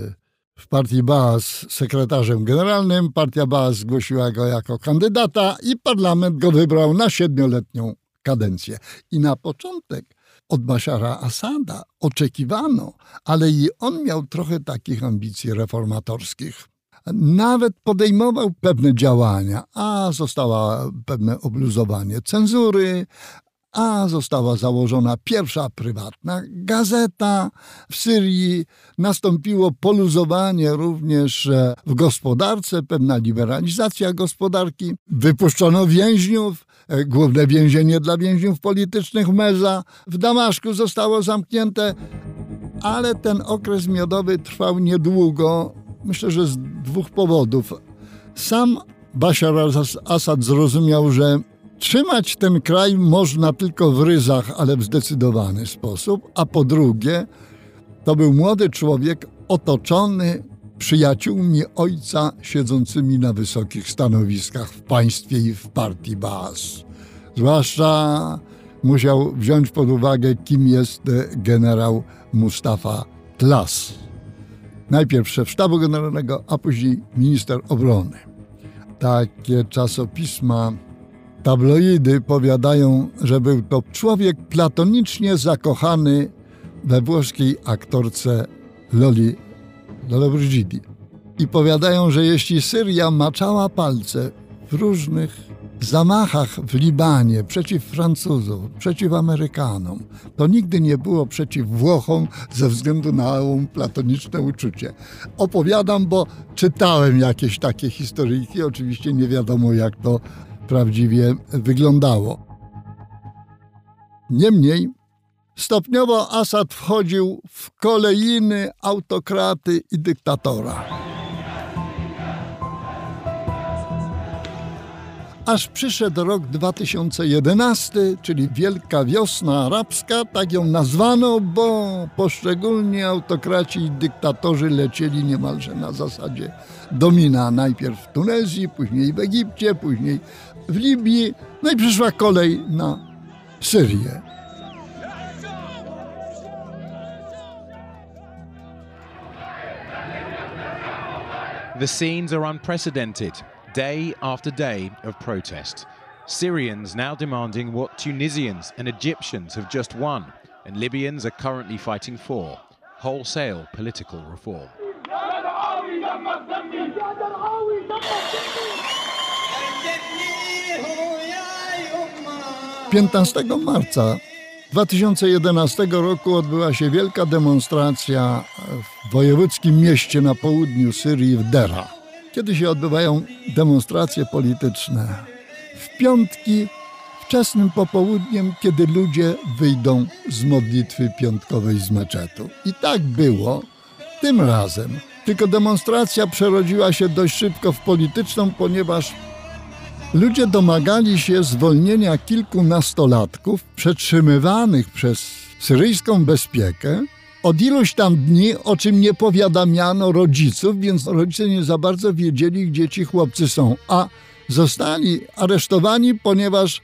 w partii Baas sekretarzem generalnym. Partia Baas zgłosiła go jako kandydata i parlament go wybrał na siedmioletnią kadencję. I na początek od Bashara Asada oczekiwano, ale i on miał trochę takich ambicji reformatorskich. Nawet podejmował pewne działania, a została pewne obluzowanie cenzury, a została założona pierwsza prywatna gazeta w Syrii. Nastąpiło poluzowanie również w gospodarce, pewna liberalizacja gospodarki. Wypuszczono więźniów, główne więzienie dla więźniów politycznych Meza w Damaszku zostało zamknięte, ale ten okres miodowy trwał niedługo, myślę, że z dwóch powodów. Sam Bashar al-Assad zrozumiał, że trzymać ten kraj można tylko w ryzach, ale w zdecydowany sposób, a po drugie, to był młody człowiek otoczony przyjaciółmi ojca siedzącymi na wysokich stanowiskach w państwie i w partii Baas. Zwłaszcza musiał wziąć pod uwagę, kim jest generał Mustafa Tlas. Najpierw szef sztabu generalnego, a później minister obrony. Takie czasopisma, tabloidy powiadają, że był to człowiek platonicznie zakochany we włoskiej aktorce Loli Lollobrigida. I powiadają, że jeśli Syria maczała palce w różnych zamachach w Libanie przeciw Francuzom, przeciw Amerykanom, to nigdy nie było przeciw Włochom ze względu na platoniczne uczucie. Opowiadam, bo czytałem jakieś takie historyjki, oczywiście nie wiadomo, jak to prawdziwie wyglądało. Niemniej stopniowo Asad wchodził w kolejny autokraty i dyktatora. Aż przyszedł rok dwa tysiące jedenasty, czyli Wielka Wiosna Arabska, tak ją nazwano, bo poszczególni autokraci i dyktatorzy lecieli niemalże na zasadzie domina. Najpierw w Tunezji, później w Egipcie, później w Libii, no i przyszła kolej na Syrię. The scenes are unprecedented. Day after day of protest. Syrians now demanding what Tunisians and Egyptians have just won, and Libyans are currently fighting for. wholesale political reform. piętnastego marca dwa tysiące jedenastego roku odbyła się wielka demonstracja w wojewódzkim mieście na południu Syrii, w Dera. Kiedy się odbywają demonstracje polityczne? W piątki, wczesnym popołudniem, kiedy ludzie wyjdą z modlitwy piątkowej z meczetu. I tak było tym razem. Tylko demonstracja przerodziła się dość szybko w polityczną, ponieważ ludzie domagali się zwolnienia kilku nastolatków przetrzymywanych przez syryjską bezpiekę od iluś tam dni, o czym nie powiadamiano rodziców, więc rodzice nie za bardzo wiedzieli, gdzie ci chłopcy są. A zostali aresztowani, ponieważ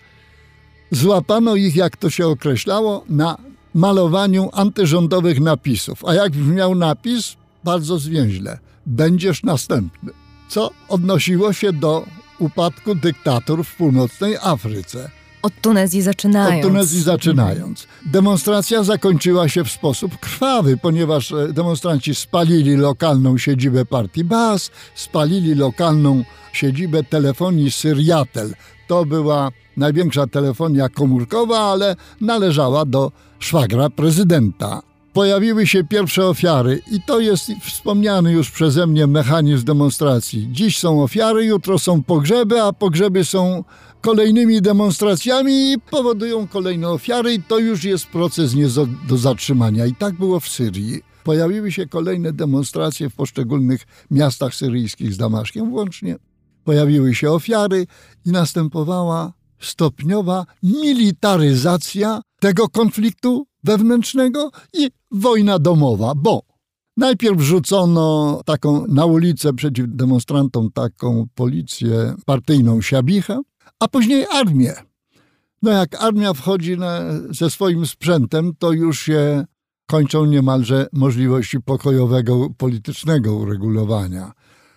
złapano ich, jak to się określało, na malowaniu antyrządowych napisów. A jak brzmiał napis? Bardzo zwięźle. Będziesz następny. Co odnosiło się do upadku dyktatur w północnej Afryce. Od Tunezji zaczynając. Od Tunezji zaczynając. Demonstracja zakończyła się w sposób krwawy, ponieważ demonstranci spalili lokalną siedzibę partii Baas, spalili lokalną siedzibę telefonii Syriatel. To była największa telefonia komórkowa, ale należała do szwagra prezydenta. Pojawiły się pierwsze ofiary i to jest wspomniany już przeze mnie mechanizm demonstracji. Dziś są ofiary, jutro są pogrzeby, a pogrzeby są kolejnymi demonstracjami i powodują kolejne ofiary i to już jest proces nie do zatrzymania. I tak było w Syrii. Pojawiły się kolejne demonstracje w poszczególnych miastach syryjskich z Damaszkiem włącznie. Pojawiły się ofiary i następowała stopniowa militaryzacja tego konfliktu wewnętrznego i wojna domowa, bo najpierw rzucono taką na ulicę przeciw demonstrantom taką policję partyjną Siabicha, a później armię. No jak armia wchodzi na, ze swoim sprzętem, to już się kończą niemalże możliwości pokojowego, politycznego uregulowania.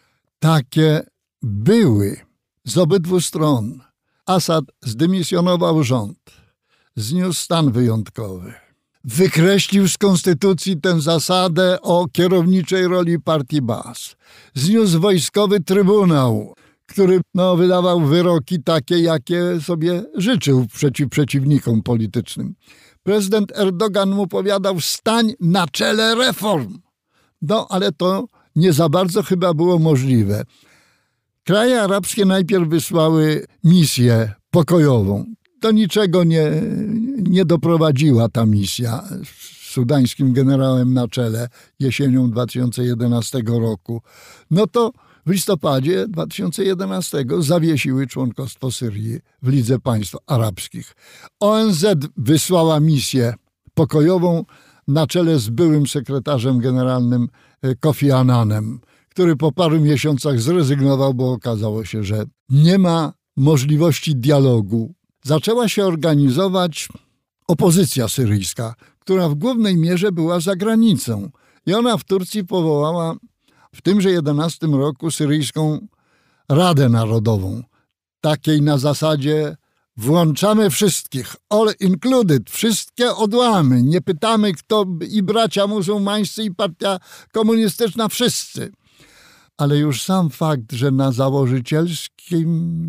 Takie były z obydwu stron. Asad zdymisjonował rząd, zniósł stan wyjątkowy. Wykreślił z konstytucji tę zasadę o kierowniczej roli partii Baas. Zniósł wojskowy trybunał, który no, wydawał wyroki takie, jakie sobie życzył przeciw przeciwnikom politycznym. Prezydent Erdogan mu powiadał: stań na czele reform. No, ale to nie za bardzo chyba było możliwe. Kraje arabskie najpierw wysłały misję pokojową. Do niczego nie, nie doprowadziła ta misja z sudańskim generałem na czele jesienią dwa tysiące jedenastego roku. No to w listopadzie dwa tysiące jedenastego zawiesiły członkostwo Syrii w Lidze Państw Arabskich. O N Z wysłała misję pokojową na czele z byłym sekretarzem generalnym Kofi Annanem, który po paru miesiącach zrezygnował, bo okazało się, że nie ma możliwości dialogu. Zaczęła się organizować opozycja syryjska, która w głównej mierze była za granicą. I ona w Turcji powołała w tymże jedenastym roku Syryjską Radę Narodową. Takiej na zasadzie włączamy wszystkich, all included, wszystkie odłamy. Nie pytamy kto, i bracia muzułmańscy, i partia komunistyczna, wszyscy. Ale już sam fakt, że na założycielskiej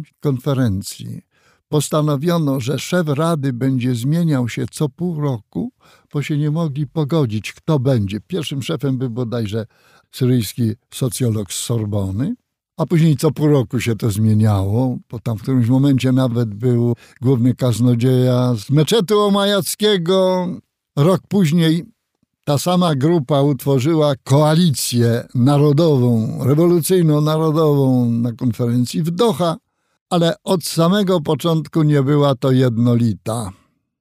konferencji postanowiono, że szef Rady będzie zmieniał się co pół roku, bo się nie mogli pogodzić, kto będzie. Pierwszym szefem był bodajże syryjski socjolog z Sorbony, a później co pół roku się to zmieniało, bo tam w którymś momencie nawet był główny kaznodzieja z meczetu omajackiego. Rok później ta sama grupa utworzyła koalicję narodową, rewolucyjno-narodową na konferencji w Doha, ale od samego początku nie była to jednolita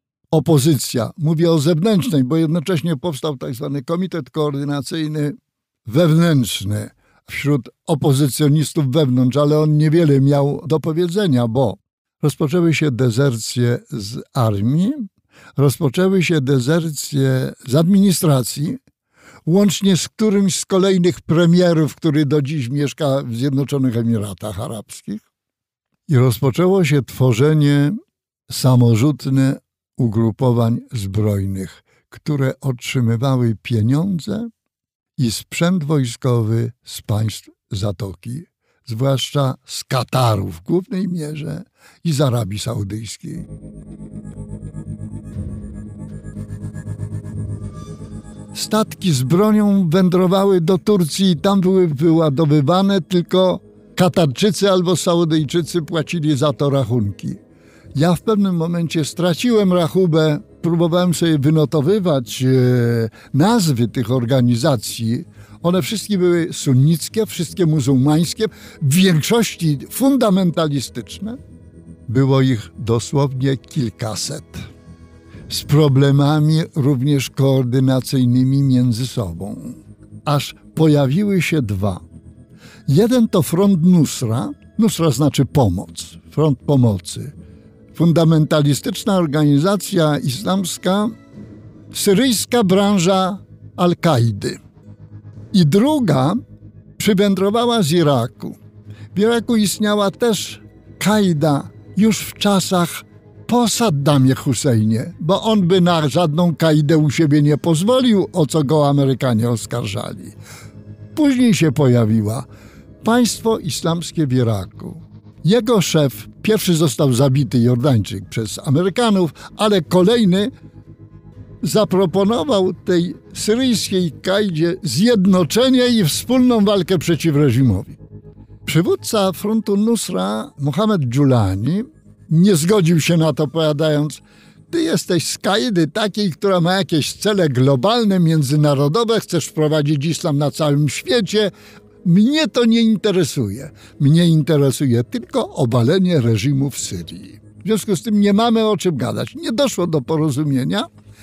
opozycja. Mówię o zewnętrznej, bo jednocześnie powstał tak zwany komitet koordynacyjny wewnętrzny wśród opozycjonistów wewnątrz, ale on niewiele miał do powiedzenia, bo rozpoczęły się dezercje z armii, rozpoczęły się dezercje z administracji, łącznie z którymś z kolejnych premierów, który do dziś mieszka w Zjednoczonych Emiratach Arabskich. I rozpoczęło się tworzenie samorzutne ugrupowań zbrojnych, które otrzymywały pieniądze i sprzęt wojskowy z państw Zatoki, zwłaszcza z Kataru w głównej mierze i z Arabii Saudyjskiej. Statki z bronią wędrowały do Turcji i tam były wyładowywane, tylko Katarczycy albo Saudyjczycy płacili za to rachunki. Ja w pewnym momencie straciłem rachubę, próbowałem sobie wynotowywać e, nazwy tych organizacji. One wszystkie były sunnickie, wszystkie muzułmańskie, w większości fundamentalistyczne. Było ich dosłownie kilkaset. Z problemami również koordynacyjnymi między sobą. Aż pojawiły się dwa. Jeden to Front Nusra. Nusra znaczy pomoc, front pomocy. Fundamentalistyczna organizacja islamska, syryjska branża Al-Kaidy. I druga przywędrowała z Iraku. W Iraku istniała też Kaida już w czasach po Saddamie Husajnie, bo on by na żadną Kaidę u siebie nie pozwolił, o co go Amerykanie oskarżali. Później się pojawiła Państwo Islamskie w Iraku. Jego szef, pierwszy został zabity, Jordańczyk, przez Amerykanów, ale kolejny zaproponował tej syryjskiej Kaidzie zjednoczenie i wspólną walkę przeciw reżimowi. Przywódca frontu Nusra, Mohamed Dżulani, nie zgodził się na to, powiadając: ty jesteś z Kaidy takiej, która ma jakieś cele globalne, międzynarodowe, chcesz wprowadzić islam na całym świecie. Mnie to nie interesuje. Mnie interesuje tylko obalenie reżimu w Syrii. W związku z tym nie mamy o czym gadać. Nie doszło do porozumienia,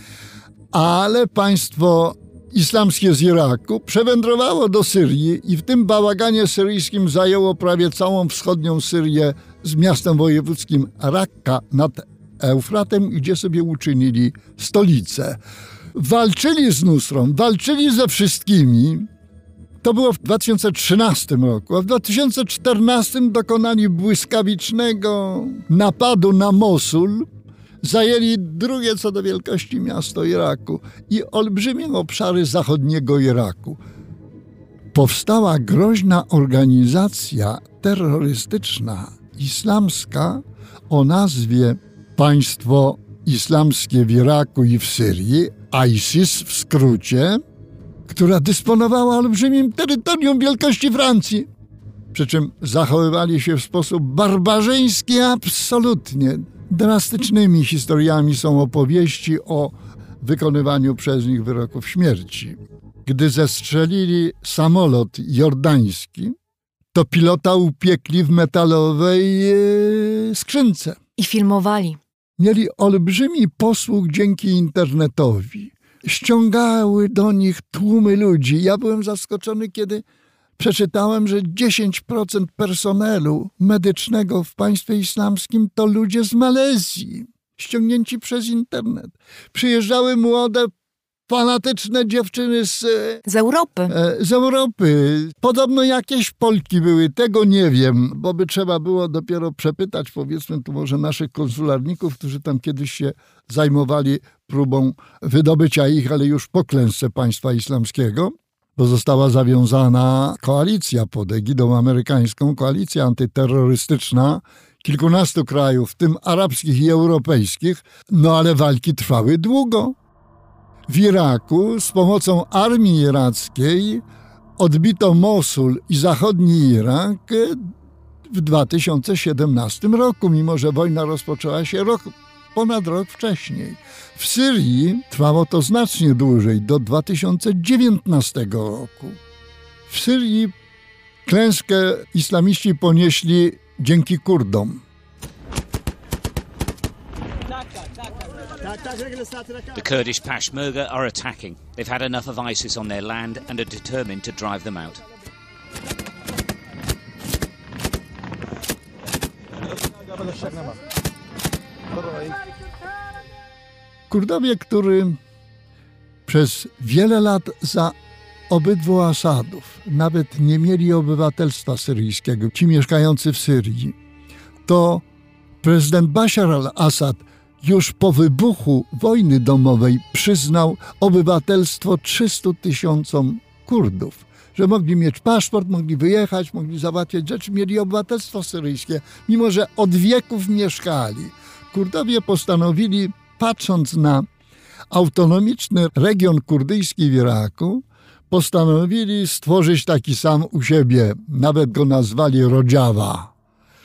ale państwo islamskie z Iraku przewędrowało do Syrii i w tym bałaganie syryjskim zajęło prawie całą wschodnią Syrię z miastem wojewódzkim Rakka nad Eufratem, gdzie sobie uczynili stolicę. Walczyli z Nusrą, walczyli ze wszystkimi. To było w dwa tysiące trzynastym roku, a w dwa tysiące czternastym dokonali błyskawicznego napadu na Mosul, zajęli drugie co do wielkości miasto Iraku i olbrzymie obszary zachodniego Iraku. Powstała groźna organizacja terrorystyczna islamska o nazwie Państwo Islamskie w Iraku i w Syrii, ISIS w skrócie, która dysponowała olbrzymim terytorium wielkości Francji. Przy czym zachowywali się w sposób barbarzyński absolutnie. Drastycznymi historiami są opowieści o wykonywaniu przez nich wyroków śmierci. Gdy zestrzelili samolot jordański, to pilota upiekli w metalowej e, skrzynce. I filmowali. Mieli olbrzymi posłuch dzięki internetowi. Ściągały do nich tłumy ludzi. Ja byłem zaskoczony, kiedy przeczytałem, że dziesięć procent personelu medycznego w państwie islamskim to ludzie z Malezji, ściągnięci przez internet. Przyjeżdżały młode, fanatyczne dziewczyny z, z Europy. Z Europy. Podobno jakieś Polki były, tego nie wiem, bo by trzeba było dopiero przepytać, powiedzmy tu może naszych konsularników, którzy tam kiedyś się zajmowali próbą wydobycia ich, ale już po klęsce państwa islamskiego, bo została zawiązana koalicja pod egidą amerykańską, koalicja antyterrorystyczna kilkunastu krajów, w tym arabskich i europejskich, no ale walki trwały długo. W Iraku z pomocą armii irackiej odbito Mosul i zachodni Irak w dwa tysiące siedemnastym roku, mimo że wojna rozpoczęła się rok, ponad rok wcześniej. W Syrii trwało to znacznie dłużej, do dwa tysiące dziewiętnastego roku. W Syrii klęskę islamiści ponieśli dzięki Kurdom. The Kurdish Peshmerga are attacking. They've had enough of ISIS on their land and are determined to drive them out. Kurdowie, którzy przez wiele lat za obydwu Asadów nawet nie mieli obywatelstwa syryjskiego, ci mieszkający w Syrii, to prezydent Bashar al-Assad już po wybuchu wojny domowej przyznał obywatelstwo trzystu tysiącom Kurdów, że mogli mieć paszport, mogli wyjechać, mogli załatwiać rzeczy, mieli obywatelstwo syryjskie, mimo że od wieków mieszkali. Kurdowie postanowili, patrząc na autonomiczny region kurdyjski w Iraku, postanowili stworzyć taki sam u siebie, nawet go nazwali Rodżawa.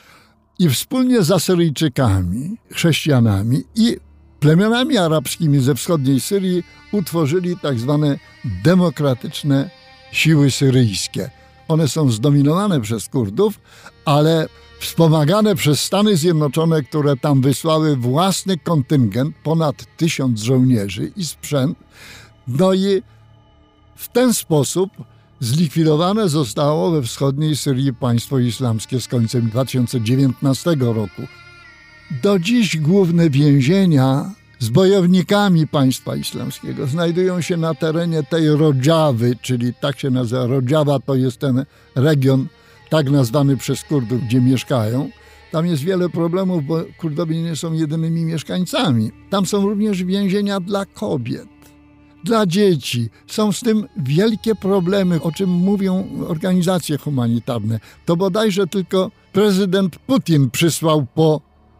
I wspólnie z Asyryjczykami, chrześcijanami i plemionami arabskimi ze wschodniej Syrii utworzyli tak zwane demokratyczne siły syryjskie. One są zdominowane przez Kurdów, ale wspomagane przez Stany Zjednoczone, które tam wysłały własny kontyngent, ponad tysiąc żołnierzy i sprzęt. No i w ten sposób zlikwidowane zostało we wschodniej Syrii państwo islamskie z końcem dwa tysiące dziewiętnastego roku. Do dziś główne więzienia z bojownikami państwa islamskiego znajdują się na terenie tej Rodżawy, czyli tak się nazywa. Rodżawa to jest ten region tak nazwany przez Kurdów, gdzie mieszkają. Tam jest wiele problemów, bo Kurdowie nie są jedynymi mieszkańcami. Tam są również więzienia dla kobiet, dla dzieci. Są z tym wielkie problemy, o czym mówią organizacje humanitarne. To bodajże tylko prezydent Putin przysłał po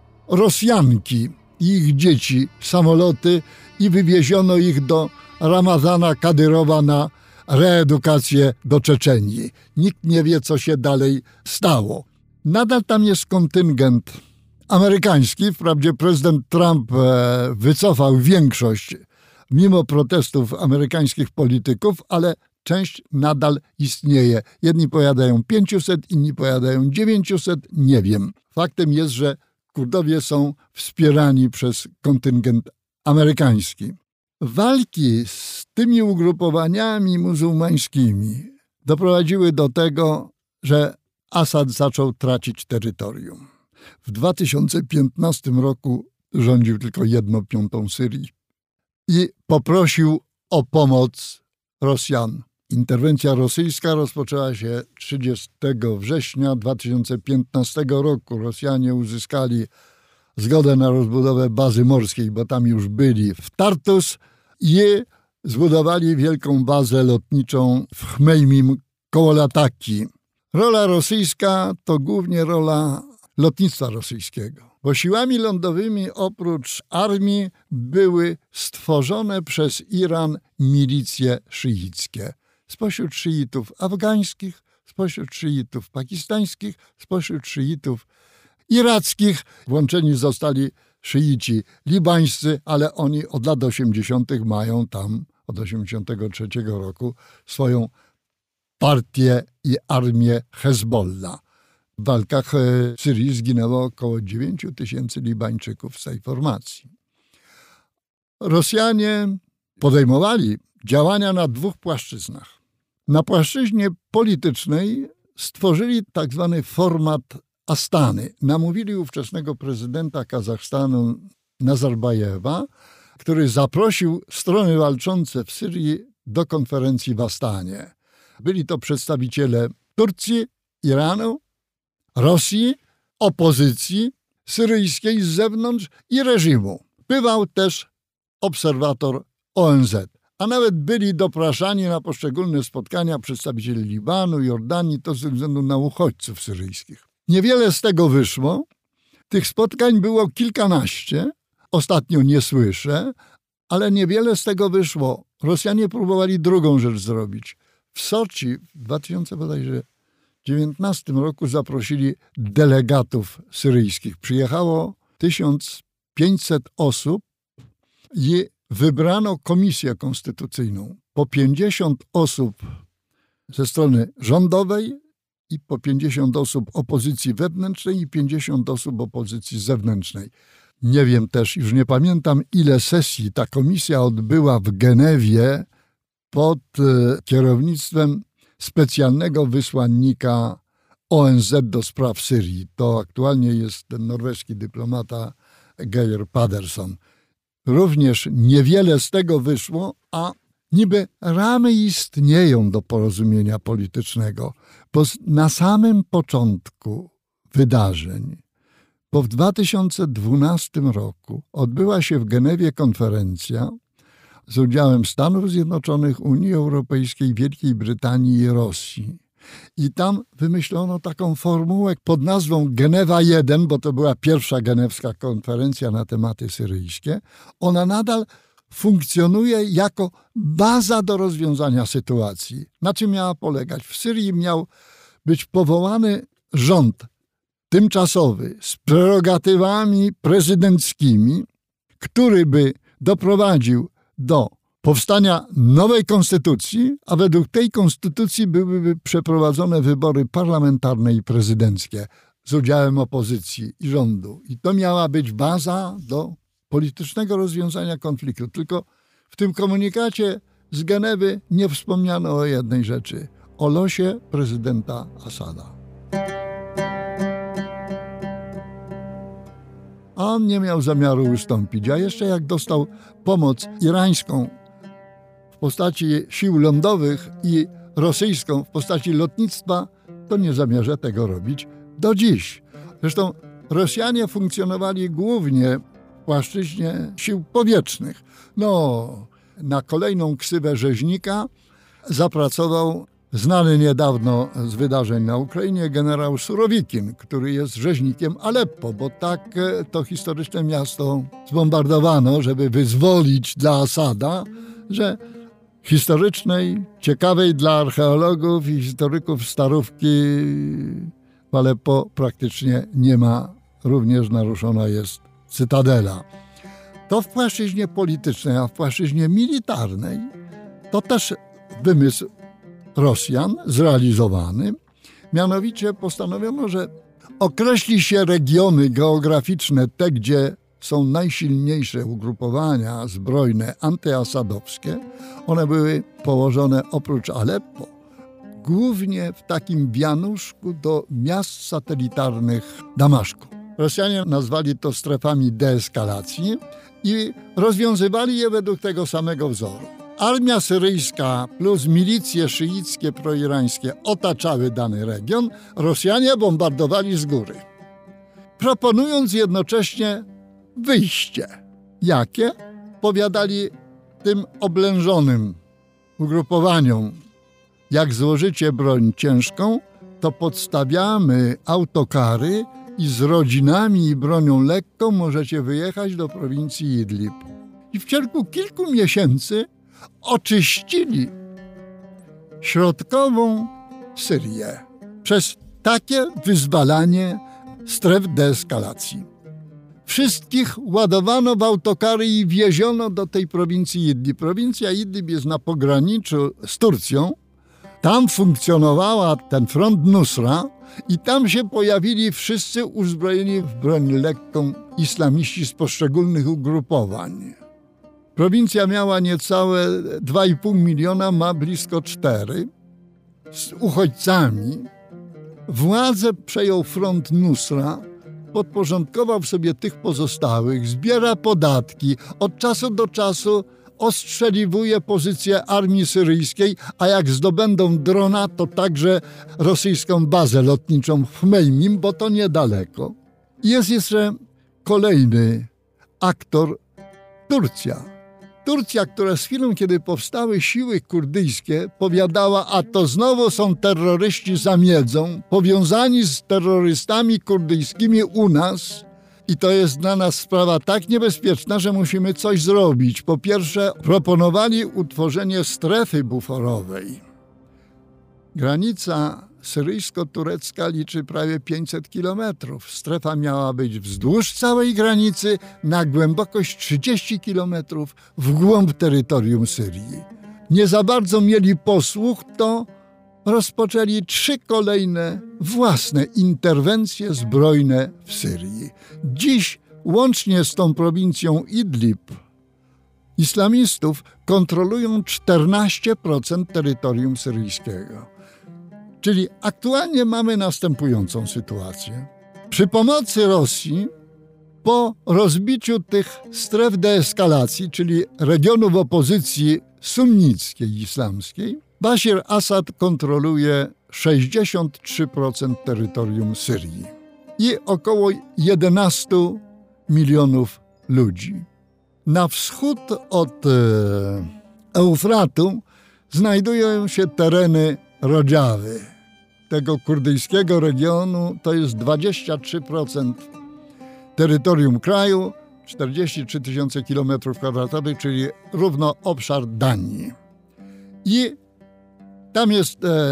Rosjanki i ich dzieci samoloty i wywieziono ich do Ramazana Kadyrowa na reedukację do Czeczenii. Nikt nie wie, co się dalej stało. Nadal tam jest kontyngent amerykański. Wprawdzie prezydent Trump wycofał większość mimo protestów amerykańskich polityków, ale część nadal istnieje. Jedni powiadają pięćset, inni powiadają dziewięćset, nie wiem. Faktem jest, że Kurdowie są wspierani przez kontyngent amerykański. Walki z tymi ugrupowaniami muzułmańskimi doprowadziły do tego, że Asad zaczął tracić terytorium. W dwa tysiące piętnastym roku rządził tylko jedną piątą Syrii i poprosił o pomoc Rosjan. Interwencja rosyjska rozpoczęła się trzydziestego września dwa tysiące piętnastego roku. Rosjanie uzyskali zgodę na rozbudowę bazy morskiej, bo tam już byli w Tartus i zbudowali wielką bazę lotniczą w Chmeimim koło Lataki. Rola rosyjska to głównie rola lotnictwa rosyjskiego, bo siłami lądowymi oprócz armii były stworzone przez Iran milicje szyickie. Spośród szyitów afgańskich, spośród szyitów pakistańskich, spośród szyitów irackich. Włączeni zostali szyici libańscy, ale oni od lat osiemdziesiątych mają tam, od osiemdziesiątego trzeciego roku, swoją partię i armię Hezbollah. W walkach w Syrii zginęło około dziewięć tysięcy Libańczyków z tej formacji. Rosjanie podejmowali działania na dwóch płaszczyznach. Na płaszczyźnie politycznej stworzyli tak zwany format Astany. Namówili ówczesnego prezydenta Kazachstanu Nazarbajewa, który zaprosił strony walczące w Syrii do konferencji w Astanie. Byli to przedstawiciele Turcji, Iranu, Rosji, opozycji syryjskiej z zewnątrz i reżimu. Bywał też obserwator O N Z. A nawet byli dopraszani na poszczególne spotkania przedstawicieli Libanu, Jordanii, to ze względu na uchodźców syryjskich. Niewiele z tego wyszło. Tych spotkań było kilkanaście. Ostatnio nie słyszę, ale niewiele z tego wyszło. Rosjanie próbowali drugą rzecz zrobić. W Soczi w dwa tysiące dziewiętnastym roku zaprosili delegatów syryjskich. Przyjechało tysiąc pięćset osób i wybrano komisję konstytucyjną. Po pięćdziesiąt osób ze strony rządowej i po pięćdziesiąt osób opozycji wewnętrznej i pięćdziesiąt osób opozycji zewnętrznej. Nie wiem też, już nie pamiętam, ile sesji ta komisja odbyła w Genewie pod kierownictwem specjalnego wysłannika O N Z do spraw Syrii. To aktualnie jest ten norweski dyplomata Geir Pedersen. Również niewiele z tego wyszło, a niby ramy istnieją do porozumienia politycznego, bo na samym początku wydarzeń bo w dwa tysiące dwunastym roku odbyła się w Genewie konferencja z udziałem Stanów Zjednoczonych, Unii Europejskiej, Wielkiej Brytanii i Rosji. I tam wymyślono taką formułę pod nazwą Genewa jeden, bo to była pierwsza genewska konferencja na tematy syryjskie. Ona nadal funkcjonuje jako baza do rozwiązania sytuacji. Na czym miała polegać? W Syrii miał być powołany rząd tymczasowy z prerogatywami prezydenckimi, który by doprowadził do powstania nowej konstytucji, a według tej konstytucji byłyby przeprowadzone wybory parlamentarne i prezydenckie z udziałem opozycji i rządu. I to miała być baza do politycznego rozwiązania konfliktu. Tylko w tym komunikacie z Genewy nie wspomniano o jednej rzeczy. O losie prezydenta Asada. A on nie miał zamiaru ustąpić. A jeszcze jak dostał pomoc irańską w postaci sił lądowych i rosyjską w postaci lotnictwa, to nie zamierza tego robić do dziś. Zresztą Rosjanie funkcjonowali głównie w płaszczyźnie sił powietrznych. No, na kolejną ksywę rzeźnika zapracował znany niedawno z wydarzeń na Ukrainie generał Surowikin, który jest rzeźnikiem Aleppo, bo tak to historyczne miasto zbombardowano, żeby wyzwolić dla Asada, że historycznej, ciekawej dla archeologów i historyków starówki w Aleppo praktycznie nie ma. Również naruszona jest cytadela. To w płaszczyźnie politycznej, a w płaszczyźnie militarnej to też wymysł Rosjan zrealizowany. Mianowicie postanowiono, że określi się regiony geograficzne, te gdzie są najsilniejsze ugrupowania zbrojne antyasadowskie. One były położone oprócz Aleppo głównie w takim wianuszku do miast satelitarnych Damaszku. Rosjanie nazwali to strefami deeskalacji i rozwiązywali je według tego samego wzoru. Armia syryjska plus milicje szyickie proirańskie otaczały dany region, Rosjanie bombardowali z góry, proponując jednocześnie wyjście. Jakie? Powiadali tym oblężonym ugrupowaniom, jak złożycie broń ciężką, to podstawiamy autokary i z rodzinami i bronią lekką możecie wyjechać do prowincji Idlib. I w ciągu kilku miesięcy oczyścili środkową Syrię przez takie wyzwalanie stref deeskalacji. Wszystkich ładowano w autokary i wieziono do tej prowincji Idlib. Prowincja Idlib jest na pograniczu z Turcją. Tam funkcjonowała ten front Nusra i tam się pojawili wszyscy uzbrojeni w broń lekką islamiści z poszczególnych ugrupowań. Prowincja miała niecałe dwa i pół miliona, ma blisko cztery. Z uchodźcami władzę przejął front Nusra, podporządkował sobie tych pozostałych, zbiera podatki, od czasu do czasu ostrzeliwuje pozycję armii syryjskiej, a jak zdobędą drona, to także rosyjską bazę lotniczą w Hmeimim, bo to niedaleko. Jest jeszcze kolejny aktor, Turcja. Turcja, która z chwilą, kiedy powstały siły kurdyjskie, powiadała, a to znowu są terroryści za miedzą, powiązani z terrorystami kurdyjskimi u nas. I to jest dla nas sprawa tak niebezpieczna, że musimy coś zrobić. Po pierwsze, proponowali utworzenie strefy buforowej. Granica syryjsko-turecka liczy prawie pięćset kilometrów. Strefa miała być wzdłuż całej granicy na głębokość trzydzieści kilometrów w głąb terytorium Syrii. Nie za bardzo mieli posłuch, to rozpoczęli trzy kolejne własne interwencje zbrojne w Syrii. Dziś łącznie z tą prowincją Idlib islamistów kontrolują czternaście procent terytorium syryjskiego. Czyli aktualnie mamy następującą sytuację. Przy pomocy Rosji, po rozbiciu tych stref deeskalacji, czyli regionów opozycji sunnickiej, islamskiej, Bashir Assad kontroluje sześćdziesiąt trzy procent terytorium Syrii. i około jedenaście milionów ludzi. Na wschód od e, Eufratu znajdują się tereny Rodżawy. Tego kurdyjskiego regionu to jest dwadzieścia trzy procent terytorium kraju, czterdzieści trzy tysiące kilometrów kwadratowych, czyli równo obszar Danii. I tam jest e,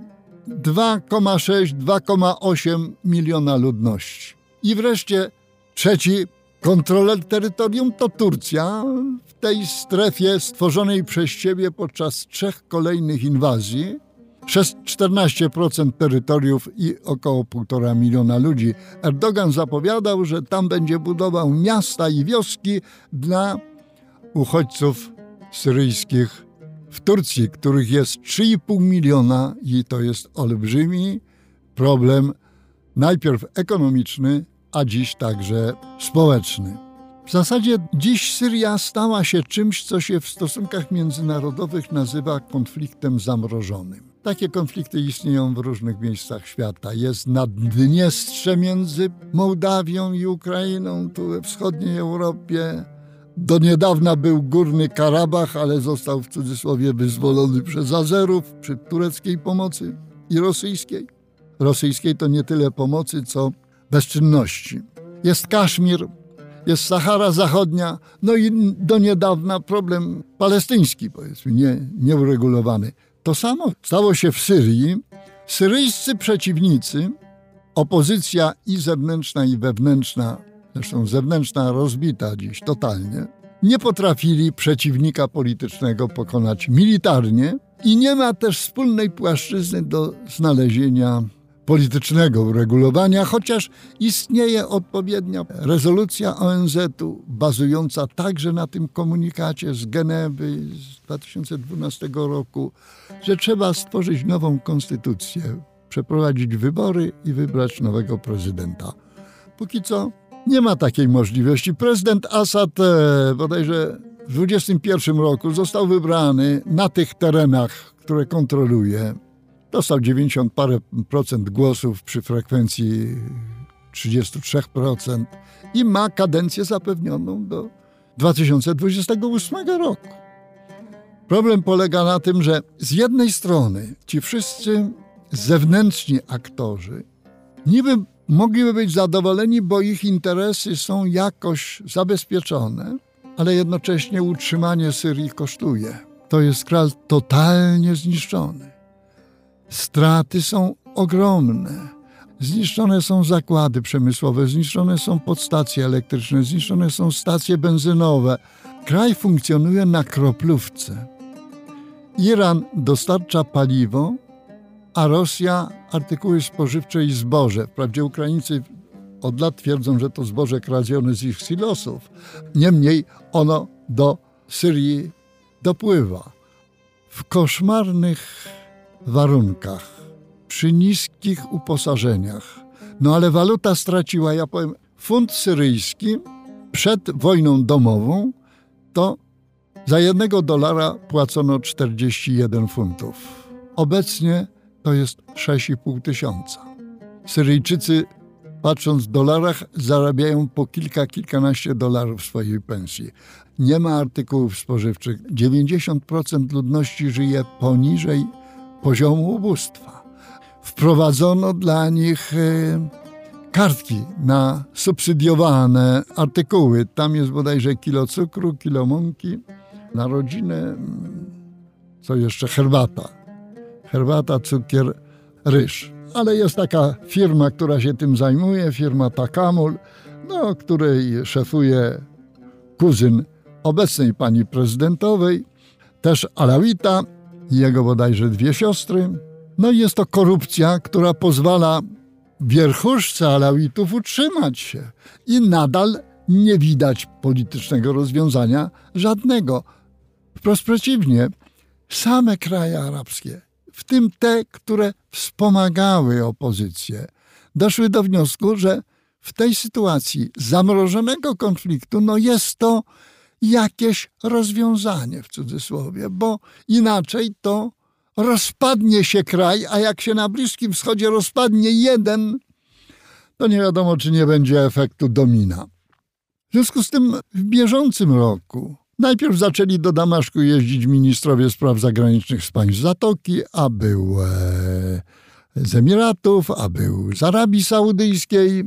dwa przecinek sześć do dwa przecinek osiem miliona ludności. I wreszcie trzeci kontroler terytorium to Turcja w tej strefie stworzonej przez siebie podczas trzech kolejnych inwazji. Przez czternaście procent terytoriów i około półtora miliona ludzi. Erdogan zapowiadał, że tam będzie budował miasta i wioski dla uchodźców syryjskich w Turcji, których jest trzy i pół miliona i to jest olbrzymi problem, najpierw ekonomiczny, a dziś także społeczny. W zasadzie dziś Syria stała się czymś, co się w stosunkach międzynarodowych nazywa konfliktem zamrożonym. Takie konflikty istnieją w różnych miejscach świata. Jest Naddniestrze między Mołdawią i Ukrainą, tu we wschodniej Europie. Do niedawna był Górny Karabach, ale został w cudzysłowie wyzwolony przez Azerów przy tureckiej pomocy i rosyjskiej. Rosyjskiej to nie tyle pomocy, co bezczynności. Jest Kaszmir, jest Sahara Zachodnia, no i do niedawna problem palestyński, powiedzmy, nie, nieuregulowany. To samo stało się w Syrii. Syryjscy przeciwnicy, opozycja i zewnętrzna, i wewnętrzna, zresztą zewnętrzna rozbita dziś totalnie, nie potrafili przeciwnika politycznego pokonać militarnie i nie ma też wspólnej płaszczyzny do znalezienia politycznego uregulowania, chociaż istnieje odpowiednia rezolucja O N Z-u bazująca także na tym komunikacie z Genewy z dwa tysiące dwunastego roku, że trzeba stworzyć nową konstytucję, przeprowadzić wybory i wybrać nowego prezydenta. Póki co nie ma takiej możliwości. Prezydent Assad e, bodajże w dwudziestym pierwszym roku został wybrany na tych terenach, które kontroluje. Dostał dziewięćdziesiąt parę procent głosów przy frekwencji trzydzieści trzy procent i ma kadencję zapewnioną do dwa tysiące dwudziestego ósmego roku. Problem polega na tym, że z jednej strony ci wszyscy zewnętrzni aktorzy niby mogliby być zadowoleni, bo ich interesy są jakoś zabezpieczone, ale jednocześnie utrzymanie Syrii kosztuje. To jest kraj totalnie zniszczony. Straty są ogromne. Zniszczone są zakłady przemysłowe, zniszczone są podstacje elektryczne, zniszczone są stacje benzynowe. Kraj funkcjonuje na kroplówce. Iran dostarcza paliwo, a Rosja artykuły spożywcze i zboże. Wprawdzie Ukraińcy od lat twierdzą, że to zboże kradzione z ich silosów. Niemniej ono do Syrii dopływa. W koszmarnych warunkach, przy niskich uposażeniach. No ale waluta straciła, ja powiem, funt syryjski przed wojną domową to za jednego dolara płacono czterdzieści jeden funtów. Obecnie to jest sześć i pół tysiąca. Syryjczycy, patrząc w dolarach, zarabiają po kilka, kilkanaście dolarów swojej pensji. Nie ma artykułów spożywczych. dziewięćdziesiąt procent ludności żyje poniżej poziomu ubóstwa. Wprowadzono dla nich e, kartki na subsydiowane artykuły. Tam jest bodajże kilo cukru, kilo mąki. Na rodzinę, co jeszcze, herbata. Herbata, cukier, ryż. Ale jest taka firma, która się tym zajmuje, firma Takamul, no, której szefuje kuzyn obecnej pani prezydentowej, też Alawita, jego bodajże dwie siostry. No i jest to korupcja, która pozwala wierchuszce Alawitów utrzymać się. I nadal nie widać politycznego rozwiązania żadnego. Wprost przeciwnie, same kraje arabskie, w tym te, które wspomagały opozycję, doszły do wniosku, że w tej sytuacji zamrożonego konfliktu no jest to jakieś rozwiązanie w cudzysłowie, bo inaczej to rozpadnie się kraj, a jak się na Bliskim Wschodzie rozpadnie jeden, to nie wiadomo, czy nie będzie efektu domina. W związku z tym w bieżącym roku najpierw zaczęli do Damaszku jeździć ministrowie spraw zagranicznych z państw Zatoki, a był e, z Emiratów, a był z Arabii Saudyjskiej,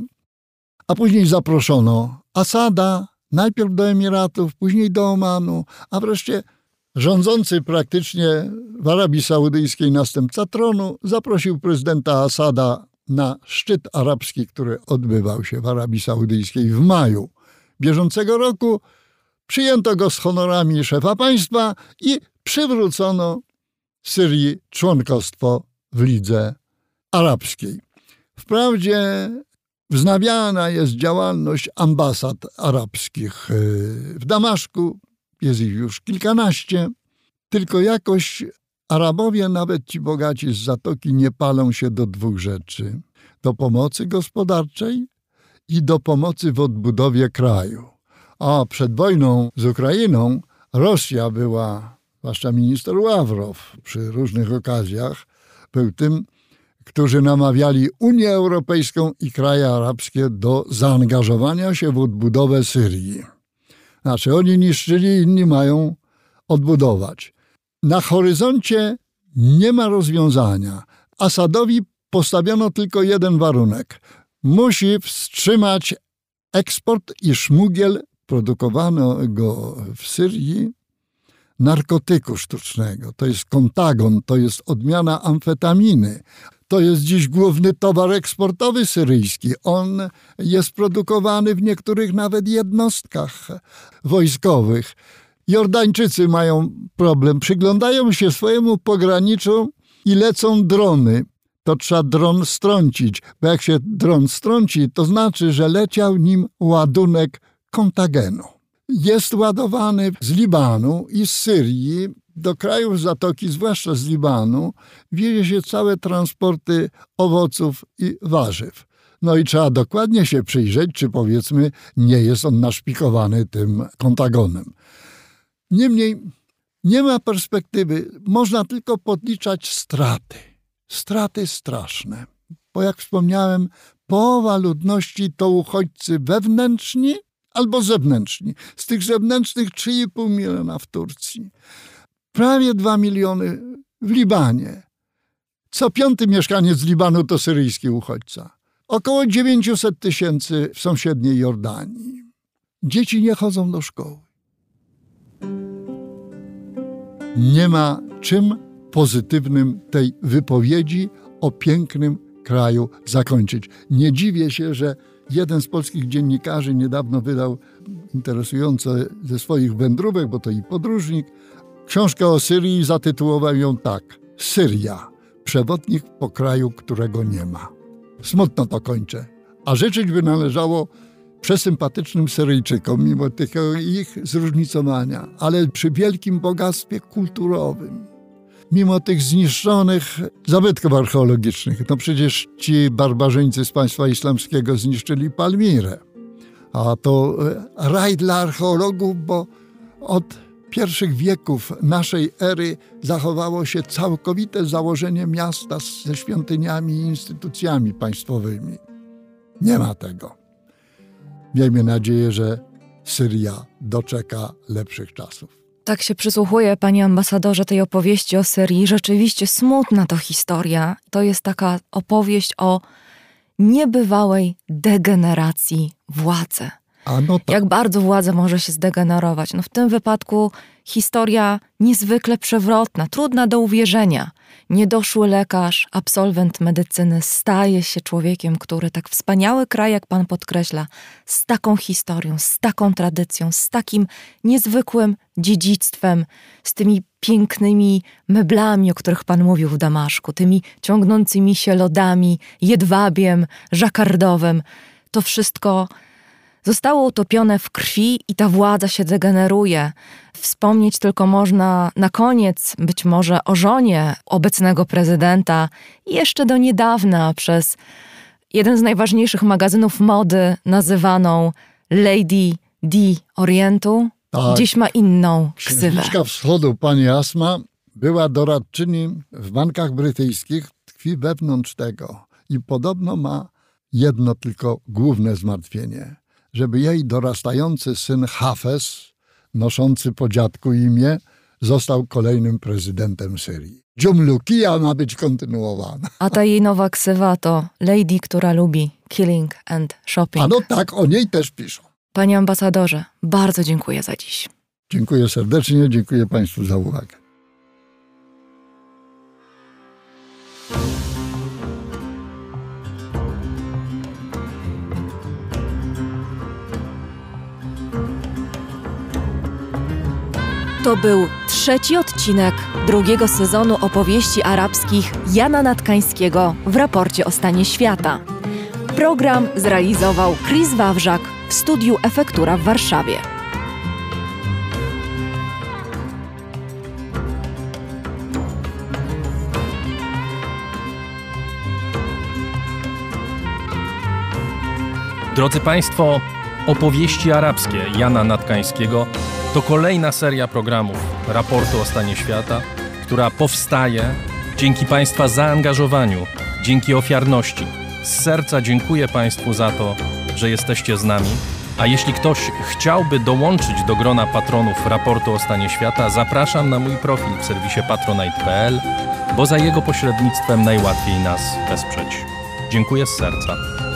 a później zaproszono Asada, najpierw do Emiratów, później do Omanu, a wreszcie rządzący praktycznie w Arabii Saudyjskiej następca tronu zaprosił prezydenta Asada na szczyt arabski, który odbywał się w Arabii Saudyjskiej w maju bieżącego roku. Przyjęto go z honorami szefa państwa i przywrócono Syrii członkostwo w Lidze Arabskiej. Wprawdzie wznawiana jest działalność ambasad arabskich w Damaszku, jest ich już kilkanaście, tylko jakoś Arabowie, nawet ci bogaci z Zatoki, nie palą się do dwóch rzeczy. Do pomocy gospodarczej i do pomocy w odbudowie kraju. A przed wojną z Ukrainą Rosja była, zwłaszcza minister Ławrow przy różnych okazjach, był tym, którzy namawiali Unię Europejską i kraje arabskie do zaangażowania się w odbudowę Syrii. Znaczy oni niszczyli, inni mają odbudować. Na horyzoncie nie ma rozwiązania. Asadowi postawiono tylko jeden warunek. Musi wstrzymać eksport i szmugiel produkowanego w Syrii narkotyku sztucznego. To jest kontagon, to jest odmiana amfetaminy. To jest dziś główny towar eksportowy syryjski. On jest produkowany w niektórych nawet jednostkach wojskowych. Jordańczycy mają problem. Przyglądają się swojemu pograniczu i lecą drony. To trzeba dron strącić, bo jak się dron strąci, to znaczy, że leciał nim ładunek kontagenu. Jest ładowany z Libanu i z Syrii do krajów Zatoki, zwłaszcza z Libanu, wiezie się całe transporty owoców i warzyw. No i trzeba dokładnie się przyjrzeć, czy powiedzmy nie jest on naszpikowany tym kontagonem. Niemniej nie ma perspektywy, można tylko podliczać straty. Straty straszne, bo jak wspomniałem, połowa ludności to uchodźcy wewnętrzni albo zewnętrzni. Z tych zewnętrznych trzy i pół miliona w Turcji. Prawie dwa miliony w Libanie. Co piąty mieszkaniec Libanu to syryjski uchodźca. Około dziewięćset tysięcy w sąsiedniej Jordanii. Dzieci nie chodzą do szkoły. Nie ma czym pozytywnym tej wypowiedzi o pięknym kraju zakończyć. Nie dziwię się, że jeden z polskich dziennikarzy niedawno wydał interesujące ze swoich wędrówek, bo to i podróżnik, książkę o Syrii, zatytułował ją tak: Syria, przewodnik po kraju, którego nie ma. Smutno to kończę. A życzyć by należało przesympatycznym Syryjczykom, mimo tego ich zróżnicowania, ale przy wielkim bogactwie kulturowym, mimo tych zniszczonych zabytków archeologicznych. No przecież ci barbarzyńcy z państwa islamskiego zniszczyli Palmirę. A to raj dla archeologów, bo od pierwszych wieków naszej ery zachowało się całkowite założenie miasta ze świątyniami i instytucjami państwowymi. Nie ma tego. Miejmy nadzieję, że Syria doczeka lepszych czasów. Tak się przysłuchuję, panie ambasadorze, tej opowieści o Syrii. Rzeczywiście smutna to historia. To jest taka opowieść o niebywałej degeneracji władzy. A no tak. Jak bardzo władza może się zdegenerować. No w tym wypadku historia niezwykle przewrotna, trudna do uwierzenia. Niedoszły lekarz, absolwent medycyny staje się człowiekiem, który tak wspaniały kraj, jak pan podkreśla, z taką historią, z taką tradycją, z takim niezwykłym dziedzictwem, z tymi pięknymi meblami, o których pan mówił w Damaszku, tymi ciągnącymi się lodami, jedwabiem, żakardowym. To wszystko zostało utopione w krwi i ta władza się degeneruje. Wspomnieć tylko można na koniec być może o żonie obecnego prezydenta i jeszcze do niedawna przez jeden z najważniejszych magazynów mody nazywaną Lady D Orientu. Tak. Dziś ma inną ksywę. Księżniczka Wschodu, pani Asma, była doradczyni w bankach brytyjskich, tkwi wewnątrz tego i podobno ma jedno tylko główne zmartwienie, żeby jej dorastający syn Hafez, noszący po dziadku imię, został kolejnym prezydentem Syrii. Dżumlukia ma być kontynuowana. A ta jej nowa ksywa to Lady, która lubi killing and shopping. A no tak, o niej też piszą. Panie ambasadorze, bardzo dziękuję za dziś. Dziękuję serdecznie, dziękuję Państwu za uwagę. To był trzeci odcinek drugiego sezonu opowieści arabskich Jana Natkańskiego w raporcie o stanie świata. Program zrealizował Chris Wawrzak w studiu Efektura w Warszawie. Drodzy Państwo, opowieści arabskie Jana Natkańskiego to kolejna seria programów Raportu o stanie świata, która powstaje dzięki Państwa zaangażowaniu, dzięki ofiarności. Z serca dziękuję Państwu za to, że jesteście z nami. A jeśli ktoś chciałby dołączyć do grona patronów Raportu o stanie świata, zapraszam na mój profil w serwisie patronite kropka p l, bo za jego pośrednictwem najłatwiej nas wesprzeć. Dziękuję z serca.